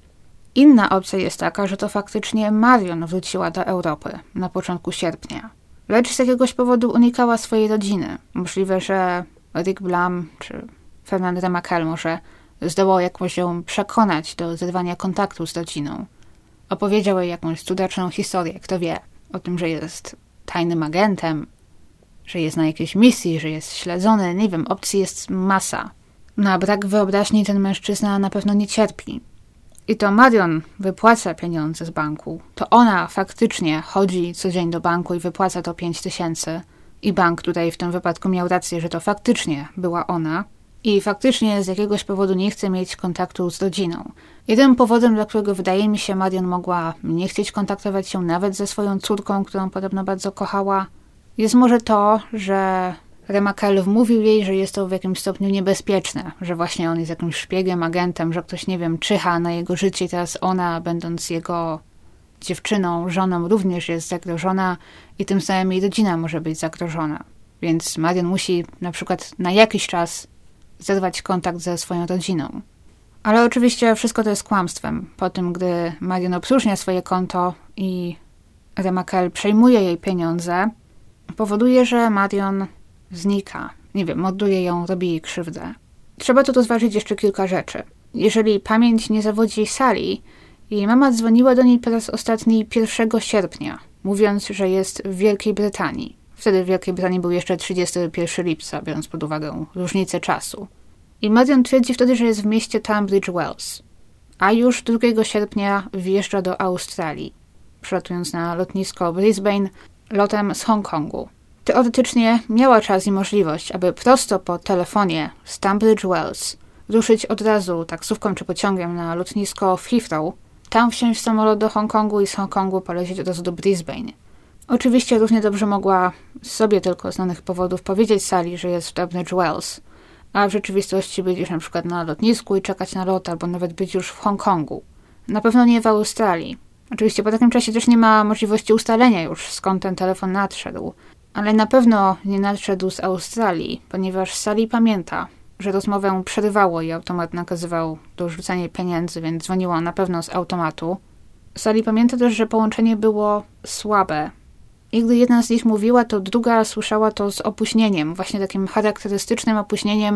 Inna opcja jest taka, że to faktycznie Marion wróciła do Europy na początku sierpnia. Lecz z jakiegoś powodu unikała swojej rodziny. Możliwe, że Rick Blum czy Fernand Remakel może zdołał jakoś ją przekonać do zerwania kontaktu z rodziną. Opowiedział jej jakąś cudaczną historię, kto wie, o tym, że jest tajnym agentem, że jest na jakiejś misji, że jest śledzony, nie wiem, opcji jest masa. Na brak wyobraźni ten mężczyzna na pewno nie cierpi. I to Marion wypłaca pieniądze z banku. To ona faktycznie chodzi co dzień do banku i wypłaca to 5000. I bank tutaj w tym wypadku miał rację, że to faktycznie była ona. I faktycznie z jakiegoś powodu nie chce mieć kontaktu z rodziną. Jedynym powodem, dla którego wydaje mi się Marion mogła nie chcieć kontaktować się nawet ze swoją córką, którą podobno bardzo kochała, jest może to, że Remakel wmówił jej, że jest to w jakimś stopniu niebezpieczne, że właśnie on jest jakimś szpiegiem, agentem, że ktoś, nie wiem, czyha na jego życie i teraz ona, będąc jego dziewczyną, żoną, również jest zagrożona i tym samym jej rodzina może być zagrożona. Więc Marion musi na przykład na jakiś czas zerwać kontakt ze swoją rodziną. Ale oczywiście wszystko to jest kłamstwem. Po tym, gdy Marion opróżnia swoje konto i Remakel przejmuje jej pieniądze, powoduje, że Marion znika. Nie wiem, morduje ją, robi jej krzywdę. Trzeba tu rozważyć jeszcze kilka rzeczy. Jeżeli pamięć nie zawodzi Sally, jej mama dzwoniła do niej po raz ostatni 1 sierpnia, mówiąc, że jest w Wielkiej Brytanii. Wtedy w Wielkiej Brytanii był jeszcze 31 lipca, biorąc pod uwagę różnicę czasu. I Marion twierdzi wtedy, że jest w mieście Tunbridge Wells, a już 2 sierpnia wjeżdża do Australii, przylatując na lotnisko Brisbane lotem z Hongkongu. Teoretycznie miała czas i możliwość, aby prosto po telefonie z Tunbridge Wells ruszyć od razu taksówką czy pociągiem na lotnisko w Heathrow, tam wsiąść w samolot do Hongkongu i z Hongkongu polecieć od razu do Brisbane. Oczywiście równie dobrze mogła z sobie tylko znanych powodów powiedzieć Sally, że jest w Tunbridge Wells, a w rzeczywistości być już na przykład na lotnisku i czekać na lot, albo nawet być już w Hongkongu. Na pewno nie w Australii. Oczywiście po takim czasie też nie ma możliwości ustalenia już, skąd ten telefon nadszedł. Ale na pewno nie nadszedł z Australii, ponieważ Sally pamięta, że rozmowę przerywało i automat nakazywał do rzucania pieniędzy, więc dzwoniła na pewno z automatu. Sally pamięta też, że połączenie było słabe. I gdy jedna z nich mówiła, to druga słyszała to z opóźnieniem, właśnie takim charakterystycznym opóźnieniem,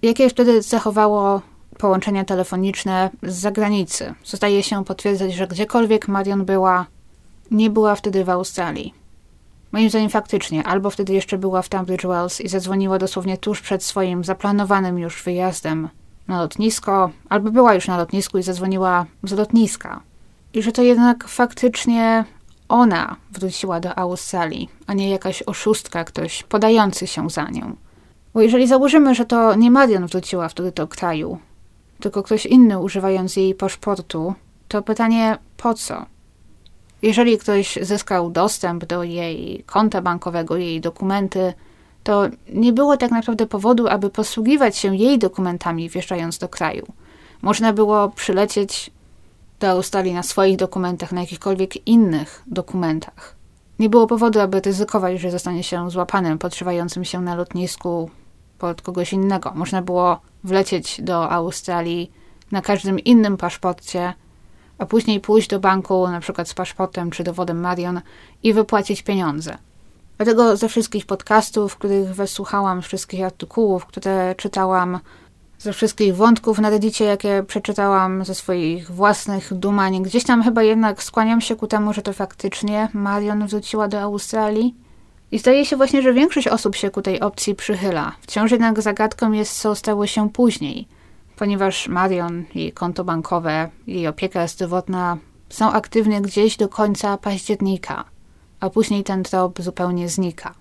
jakie wtedy cechowało połączenia telefoniczne z zagranicy. Zostaje się potwierdzać, że gdziekolwiek Marion była, nie była wtedy w Australii. Moim zdaniem faktycznie, albo wtedy jeszcze była w Tunbridge Wells i zadzwoniła dosłownie tuż przed swoim zaplanowanym już wyjazdem na lotnisko, albo była już na lotnisku i zadzwoniła z lotniska. I że to jednak faktycznie ona wróciła do Australii, a nie jakaś oszustka, ktoś podający się za nią. Bo jeżeli założymy, że to nie Marion wróciła wtedy do kraju, tylko ktoś inny używając jej paszportu, to pytanie po co? Jeżeli ktoś zyskał dostęp do jej konta bankowego, jej dokumenty, to nie było tak naprawdę powodu, aby posługiwać się jej dokumentami wjeżdżając do kraju. Można było przylecieć do Australii na swoich dokumentach, na jakichkolwiek innych dokumentach. Nie było powodu, aby ryzykować, że zostanie się złapanym, podszywającym się na lotnisku pod kogoś innego. Można było wlecieć do Australii na każdym innym paszporcie, a później pójść do banku, na przykład z paszportem czy dowodem Marion i wypłacić pieniądze. Dlatego ze wszystkich podcastów, których wysłuchałam, z wszystkich artykułów, które czytałam, ze wszystkich wątków na Reddicie, jakie przeczytałam, ze swoich własnych dumań, gdzieś tam chyba jednak skłaniam się ku temu, że to faktycznie Marion wróciła do Australii. I zdaje się właśnie, że większość osób się ku tej opcji przychyla. Wciąż jednak zagadką jest, co stało się później, ponieważ Marion, jej konto bankowe, jej opieka zdrowotna są aktywne gdzieś do końca października, a później ten trop zupełnie znika.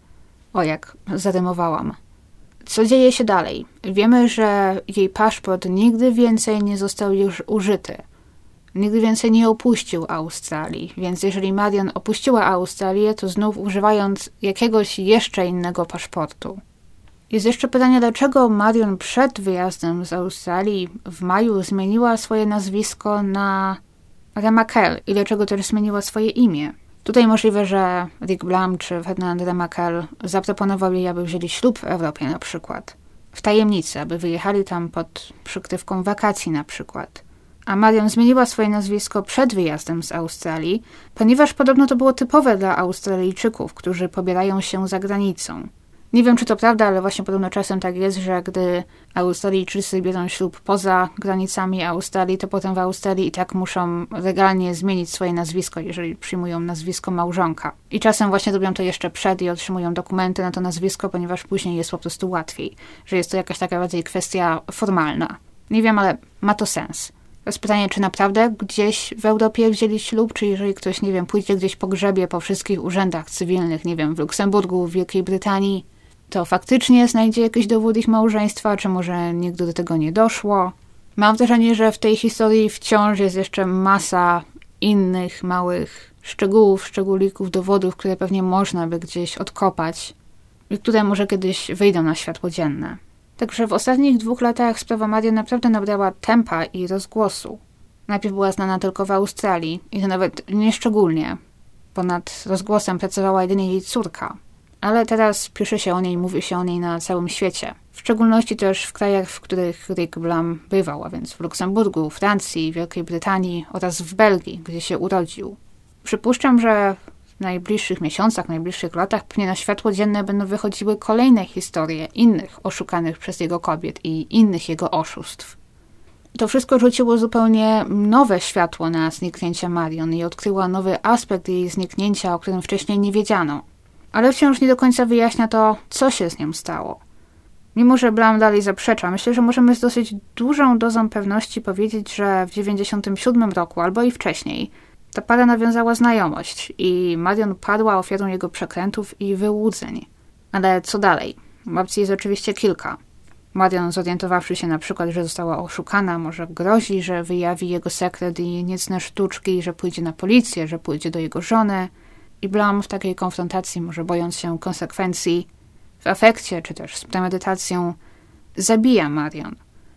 O, jak zarymowałam. Co dzieje się dalej? Wiemy, że jej paszport nigdy więcej nie został już użyty. Nigdy więcej nie opuścił Australii, więc jeżeli Marion opuściła Australię, to znów używając jakiegoś jeszcze innego paszportu. Jest jeszcze pytanie, dlaczego Marion przed wyjazdem z Australii w maju zmieniła swoje nazwisko na Remakel i dlaczego też zmieniła swoje imię. Tutaj możliwe, że Rick Blum czy Ferdinand Remakel zaproponował jej, aby wzięli ślub w Europie na przykład. W tajemnicy, aby wyjechali tam pod przykrywką wakacji na przykład. A Marion zmieniła swoje nazwisko przed wyjazdem z Australii, ponieważ podobno to było typowe dla Australijczyków, którzy pobierają się za granicą. Nie wiem, czy to prawda, ale właśnie podobno czasem tak jest, że gdy Australijczycy biorą ślub poza granicami Australii, to potem w Australii i tak muszą legalnie zmienić swoje nazwisko, jeżeli przyjmują nazwisko małżonka. I czasem właśnie robią to jeszcze przed i otrzymują dokumenty na to nazwisko, ponieważ później jest po prostu łatwiej, że jest to jakaś taka bardziej kwestia formalna. Nie wiem, ale ma to sens. To jest pytanie, czy naprawdę gdzieś w Europie wzięli ślub, czy jeżeli ktoś, nie wiem, pójdzie gdzieś po grzebie po wszystkich urzędach cywilnych, nie wiem, w Luksemburgu, w Wielkiej Brytanii, to faktycznie znajdzie jakiś dowód ich małżeństwa, czy może nigdy do tego nie doszło. Mam wrażenie, że w tej historii wciąż jest jeszcze masa innych małych szczegółów, szczególików, dowodów, które pewnie można by gdzieś odkopać i które może kiedyś wyjdą na światło dzienne. Także w ostatnich 2 latach sprawa Marion naprawdę nabrała tempa i rozgłosu. Najpierw była znana tylko w Australii i to nawet nieszczególnie. Ponad rozgłosem pracowała jedynie jej córka. Ale teraz pisze się o niej, mówi się o niej na całym świecie. W szczególności też w krajach, w których Rick Blum bywał, a więc w Luksemburgu, Francji, Wielkiej Brytanii oraz w Belgii, gdzie się urodził. Przypuszczam, że w najbliższych miesiącach, najbliższych latach pewnie na światło dzienne będą wychodziły kolejne historie innych oszukanych przez jego kobiet i innych jego oszustw. To wszystko rzuciło zupełnie nowe światło na zniknięcie Marion i odkryło nowy aspekt jej zniknięcia, o którym wcześniej nie wiedziano. Ale wciąż nie do końca wyjaśnia to, co się z nią stało. Mimo że Blum dalej zaprzecza, myślę, że możemy z dosyć dużą dozą pewności powiedzieć, że w 1997 roku, albo i wcześniej, ta para nawiązała znajomość i Marion padła ofiarą jego przekrętów i wyłudzeń. Ale co dalej? Opcji jest oczywiście kilka. Marion, zorientowawszy się na przykład, że została oszukana, może grozi, że wyjawi jego sekret i niecne sztuczki, że pójdzie na policję, że pójdzie do jego żony. I Blum w takiej konfrontacji, może bojąc się konsekwencji, w afekcie czy też z premedytacją, zabija Marion.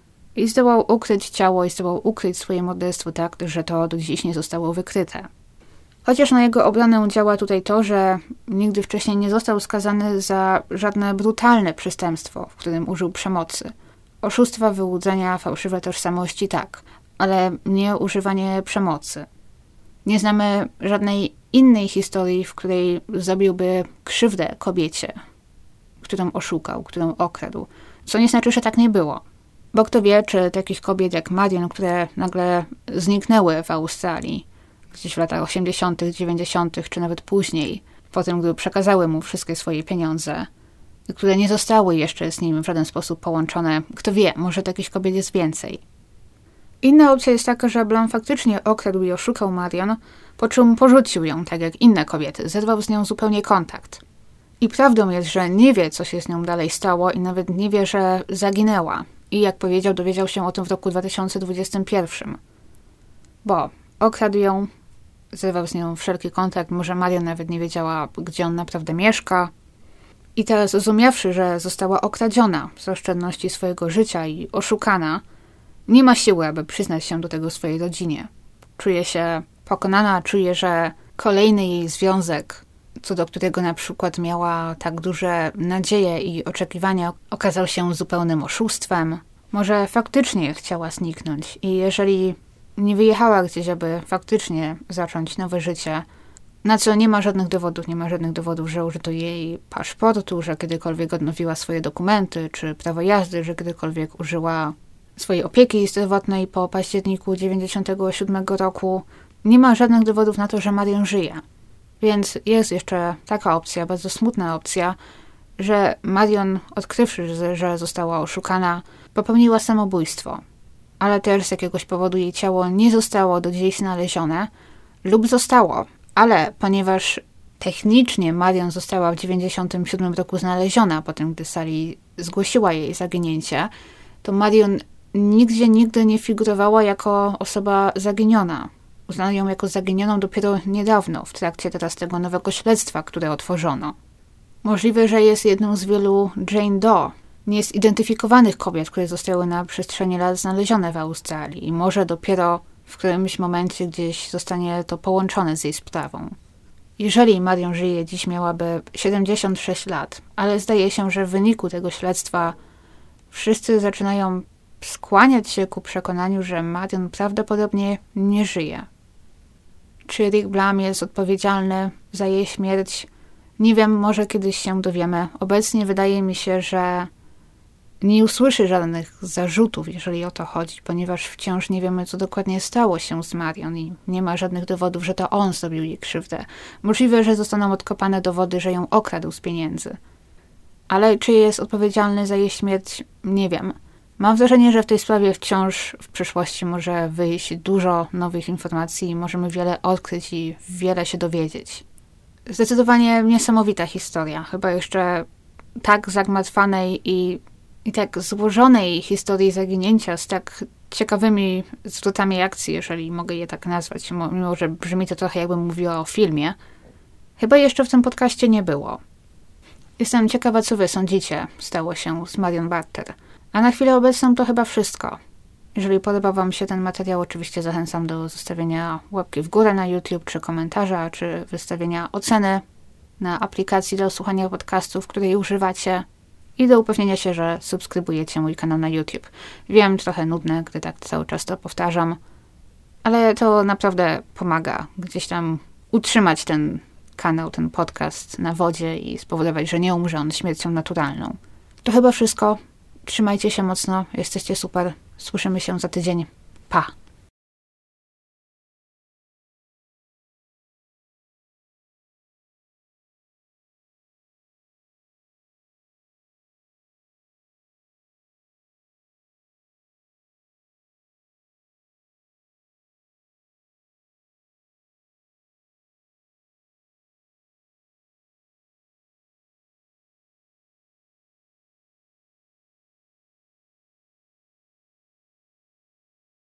I zdołał ukryć ciało i zdołał ukryć swoje morderstwo tak, że to do dziś nie zostało wykryte. Chociaż na jego obronę działa tutaj to, że nigdy wcześniej nie został skazany za żadne brutalne przestępstwo, w którym użył przemocy. Oszustwa, wyłudzenia, fałszywe tożsamości tak, ale nie używanie przemocy. Nie znamy żadnej innej historii, w której zrobiłby krzywdę kobiecie. którą oszukał, którą okradł. Co nie znaczy, że tak nie było. Bo kto wie, czy takich kobiet jak Marion, które nagle zniknęły w Australii, gdzieś w latach 80., 90., czy nawet później, po tym, gdy przekazały mu wszystkie swoje pieniądze, które nie zostały jeszcze z nim w żaden sposób połączone. Kto wie, może takich kobiet jest więcej. Inna opcja jest taka, że Blanc faktycznie okradł i oszukał Marion, po czym porzucił ją, tak jak inne kobiety, zerwał z nią zupełnie kontakt. I prawdą jest, że nie wie, co się z nią dalej stało i nawet nie wie, że zaginęła. I jak powiedział, dowiedział się o tym w roku 2021. Bo okradł ją, zerwał z nią wszelki kontakt, może Marion nawet nie wiedziała, gdzie on naprawdę mieszka. I teraz zrozumiawszy, że została okradziona z oszczędności swojego życia i oszukana, nie ma siły, aby przyznać się do tego swojej rodzinie. Czuje się pokonana, czuje, że kolejny jej związek, co do którego na przykład miała tak duże nadzieje i oczekiwania, okazał się zupełnym oszustwem. Może faktycznie chciała zniknąć i jeżeli nie wyjechała gdzieś, aby faktycznie zacząć nowe życie, na co nie ma żadnych dowodów, że użyto jej paszportu, że kiedykolwiek odnowiła swoje dokumenty, czy prawo jazdy, że kiedykolwiek użyła swojej opieki zdrowotnej po październiku 1997 roku. Nie ma żadnych dowodów na to, że Marion żyje. Więc jest jeszcze taka opcja, bardzo smutna opcja, że Marion, odkrywszy, że została oszukana, popełniła samobójstwo. Ale też z jakiegoś powodu jej ciało nie zostało do dziś znalezione lub zostało. Ale ponieważ technicznie Marion została w 1997 roku znaleziona po tym, gdy Sally zgłosiła jej zaginięcie, to Marion nigdy nie figurowała jako osoba zaginiona. Uznano ją jako zaginioną dopiero niedawno, w trakcie teraz tego nowego śledztwa, które otworzono. Możliwe, że jest jedną z wielu Jane Doe, niezidentyfikowanych kobiet, które zostały na przestrzeni lat znalezione w Australii i może dopiero w którymś momencie gdzieś zostanie to połączone z jej sprawą. Jeżeli Marion żyje, dziś miałaby 76 lat, ale zdaje się, że w wyniku tego śledztwa wszyscy zaczynają skłaniać się ku przekonaniu, że Marion prawdopodobnie nie żyje. Czy Rick Blanc jest odpowiedzialny za jej śmierć? Nie wiem, może kiedyś się dowiemy. Obecnie wydaje mi się, że nie usłyszy żadnych zarzutów, jeżeli o to chodzi, ponieważ wciąż nie wiemy, co dokładnie stało się z Marion i nie ma żadnych dowodów, że to on zrobił jej krzywdę. Możliwe, że zostaną odkopane dowody, że ją okradł z pieniędzy. Ale czy jest odpowiedzialny za jej śmierć? Nie wiem. Mam wrażenie, że w tej sprawie wciąż w przyszłości może wyjść dużo nowych informacji i możemy wiele odkryć i wiele się dowiedzieć. Zdecydowanie niesamowita historia. Chyba jeszcze tak zagmatwanej i tak złożonej historii zaginięcia z tak ciekawymi zwrotami akcji, jeżeli mogę je tak nazwać, mimo że brzmi to trochę jakbym mówiła o filmie, chyba jeszcze w tym podcaście nie było. Jestem ciekawa, co wy sądzicie stało się z Marion Barter. A na chwilę obecną to chyba wszystko. Jeżeli podobał wam się ten materiał, oczywiście zachęcam do zostawienia łapki w górę na YouTube, czy komentarza, czy wystawienia oceny na aplikacji do słuchania podcastów, której używacie i do upewnienia się, że subskrybujecie mój kanał na YouTube. Wiem, trochę nudne, gdy tak cały czas to powtarzam, ale to naprawdę pomaga gdzieś tam utrzymać ten kanał, ten podcast na wodzie i spowodować, że nie umrze on śmiercią naturalną. To chyba wszystko. Trzymajcie się mocno, jesteście super. Słyszymy się za tydzień. Pa!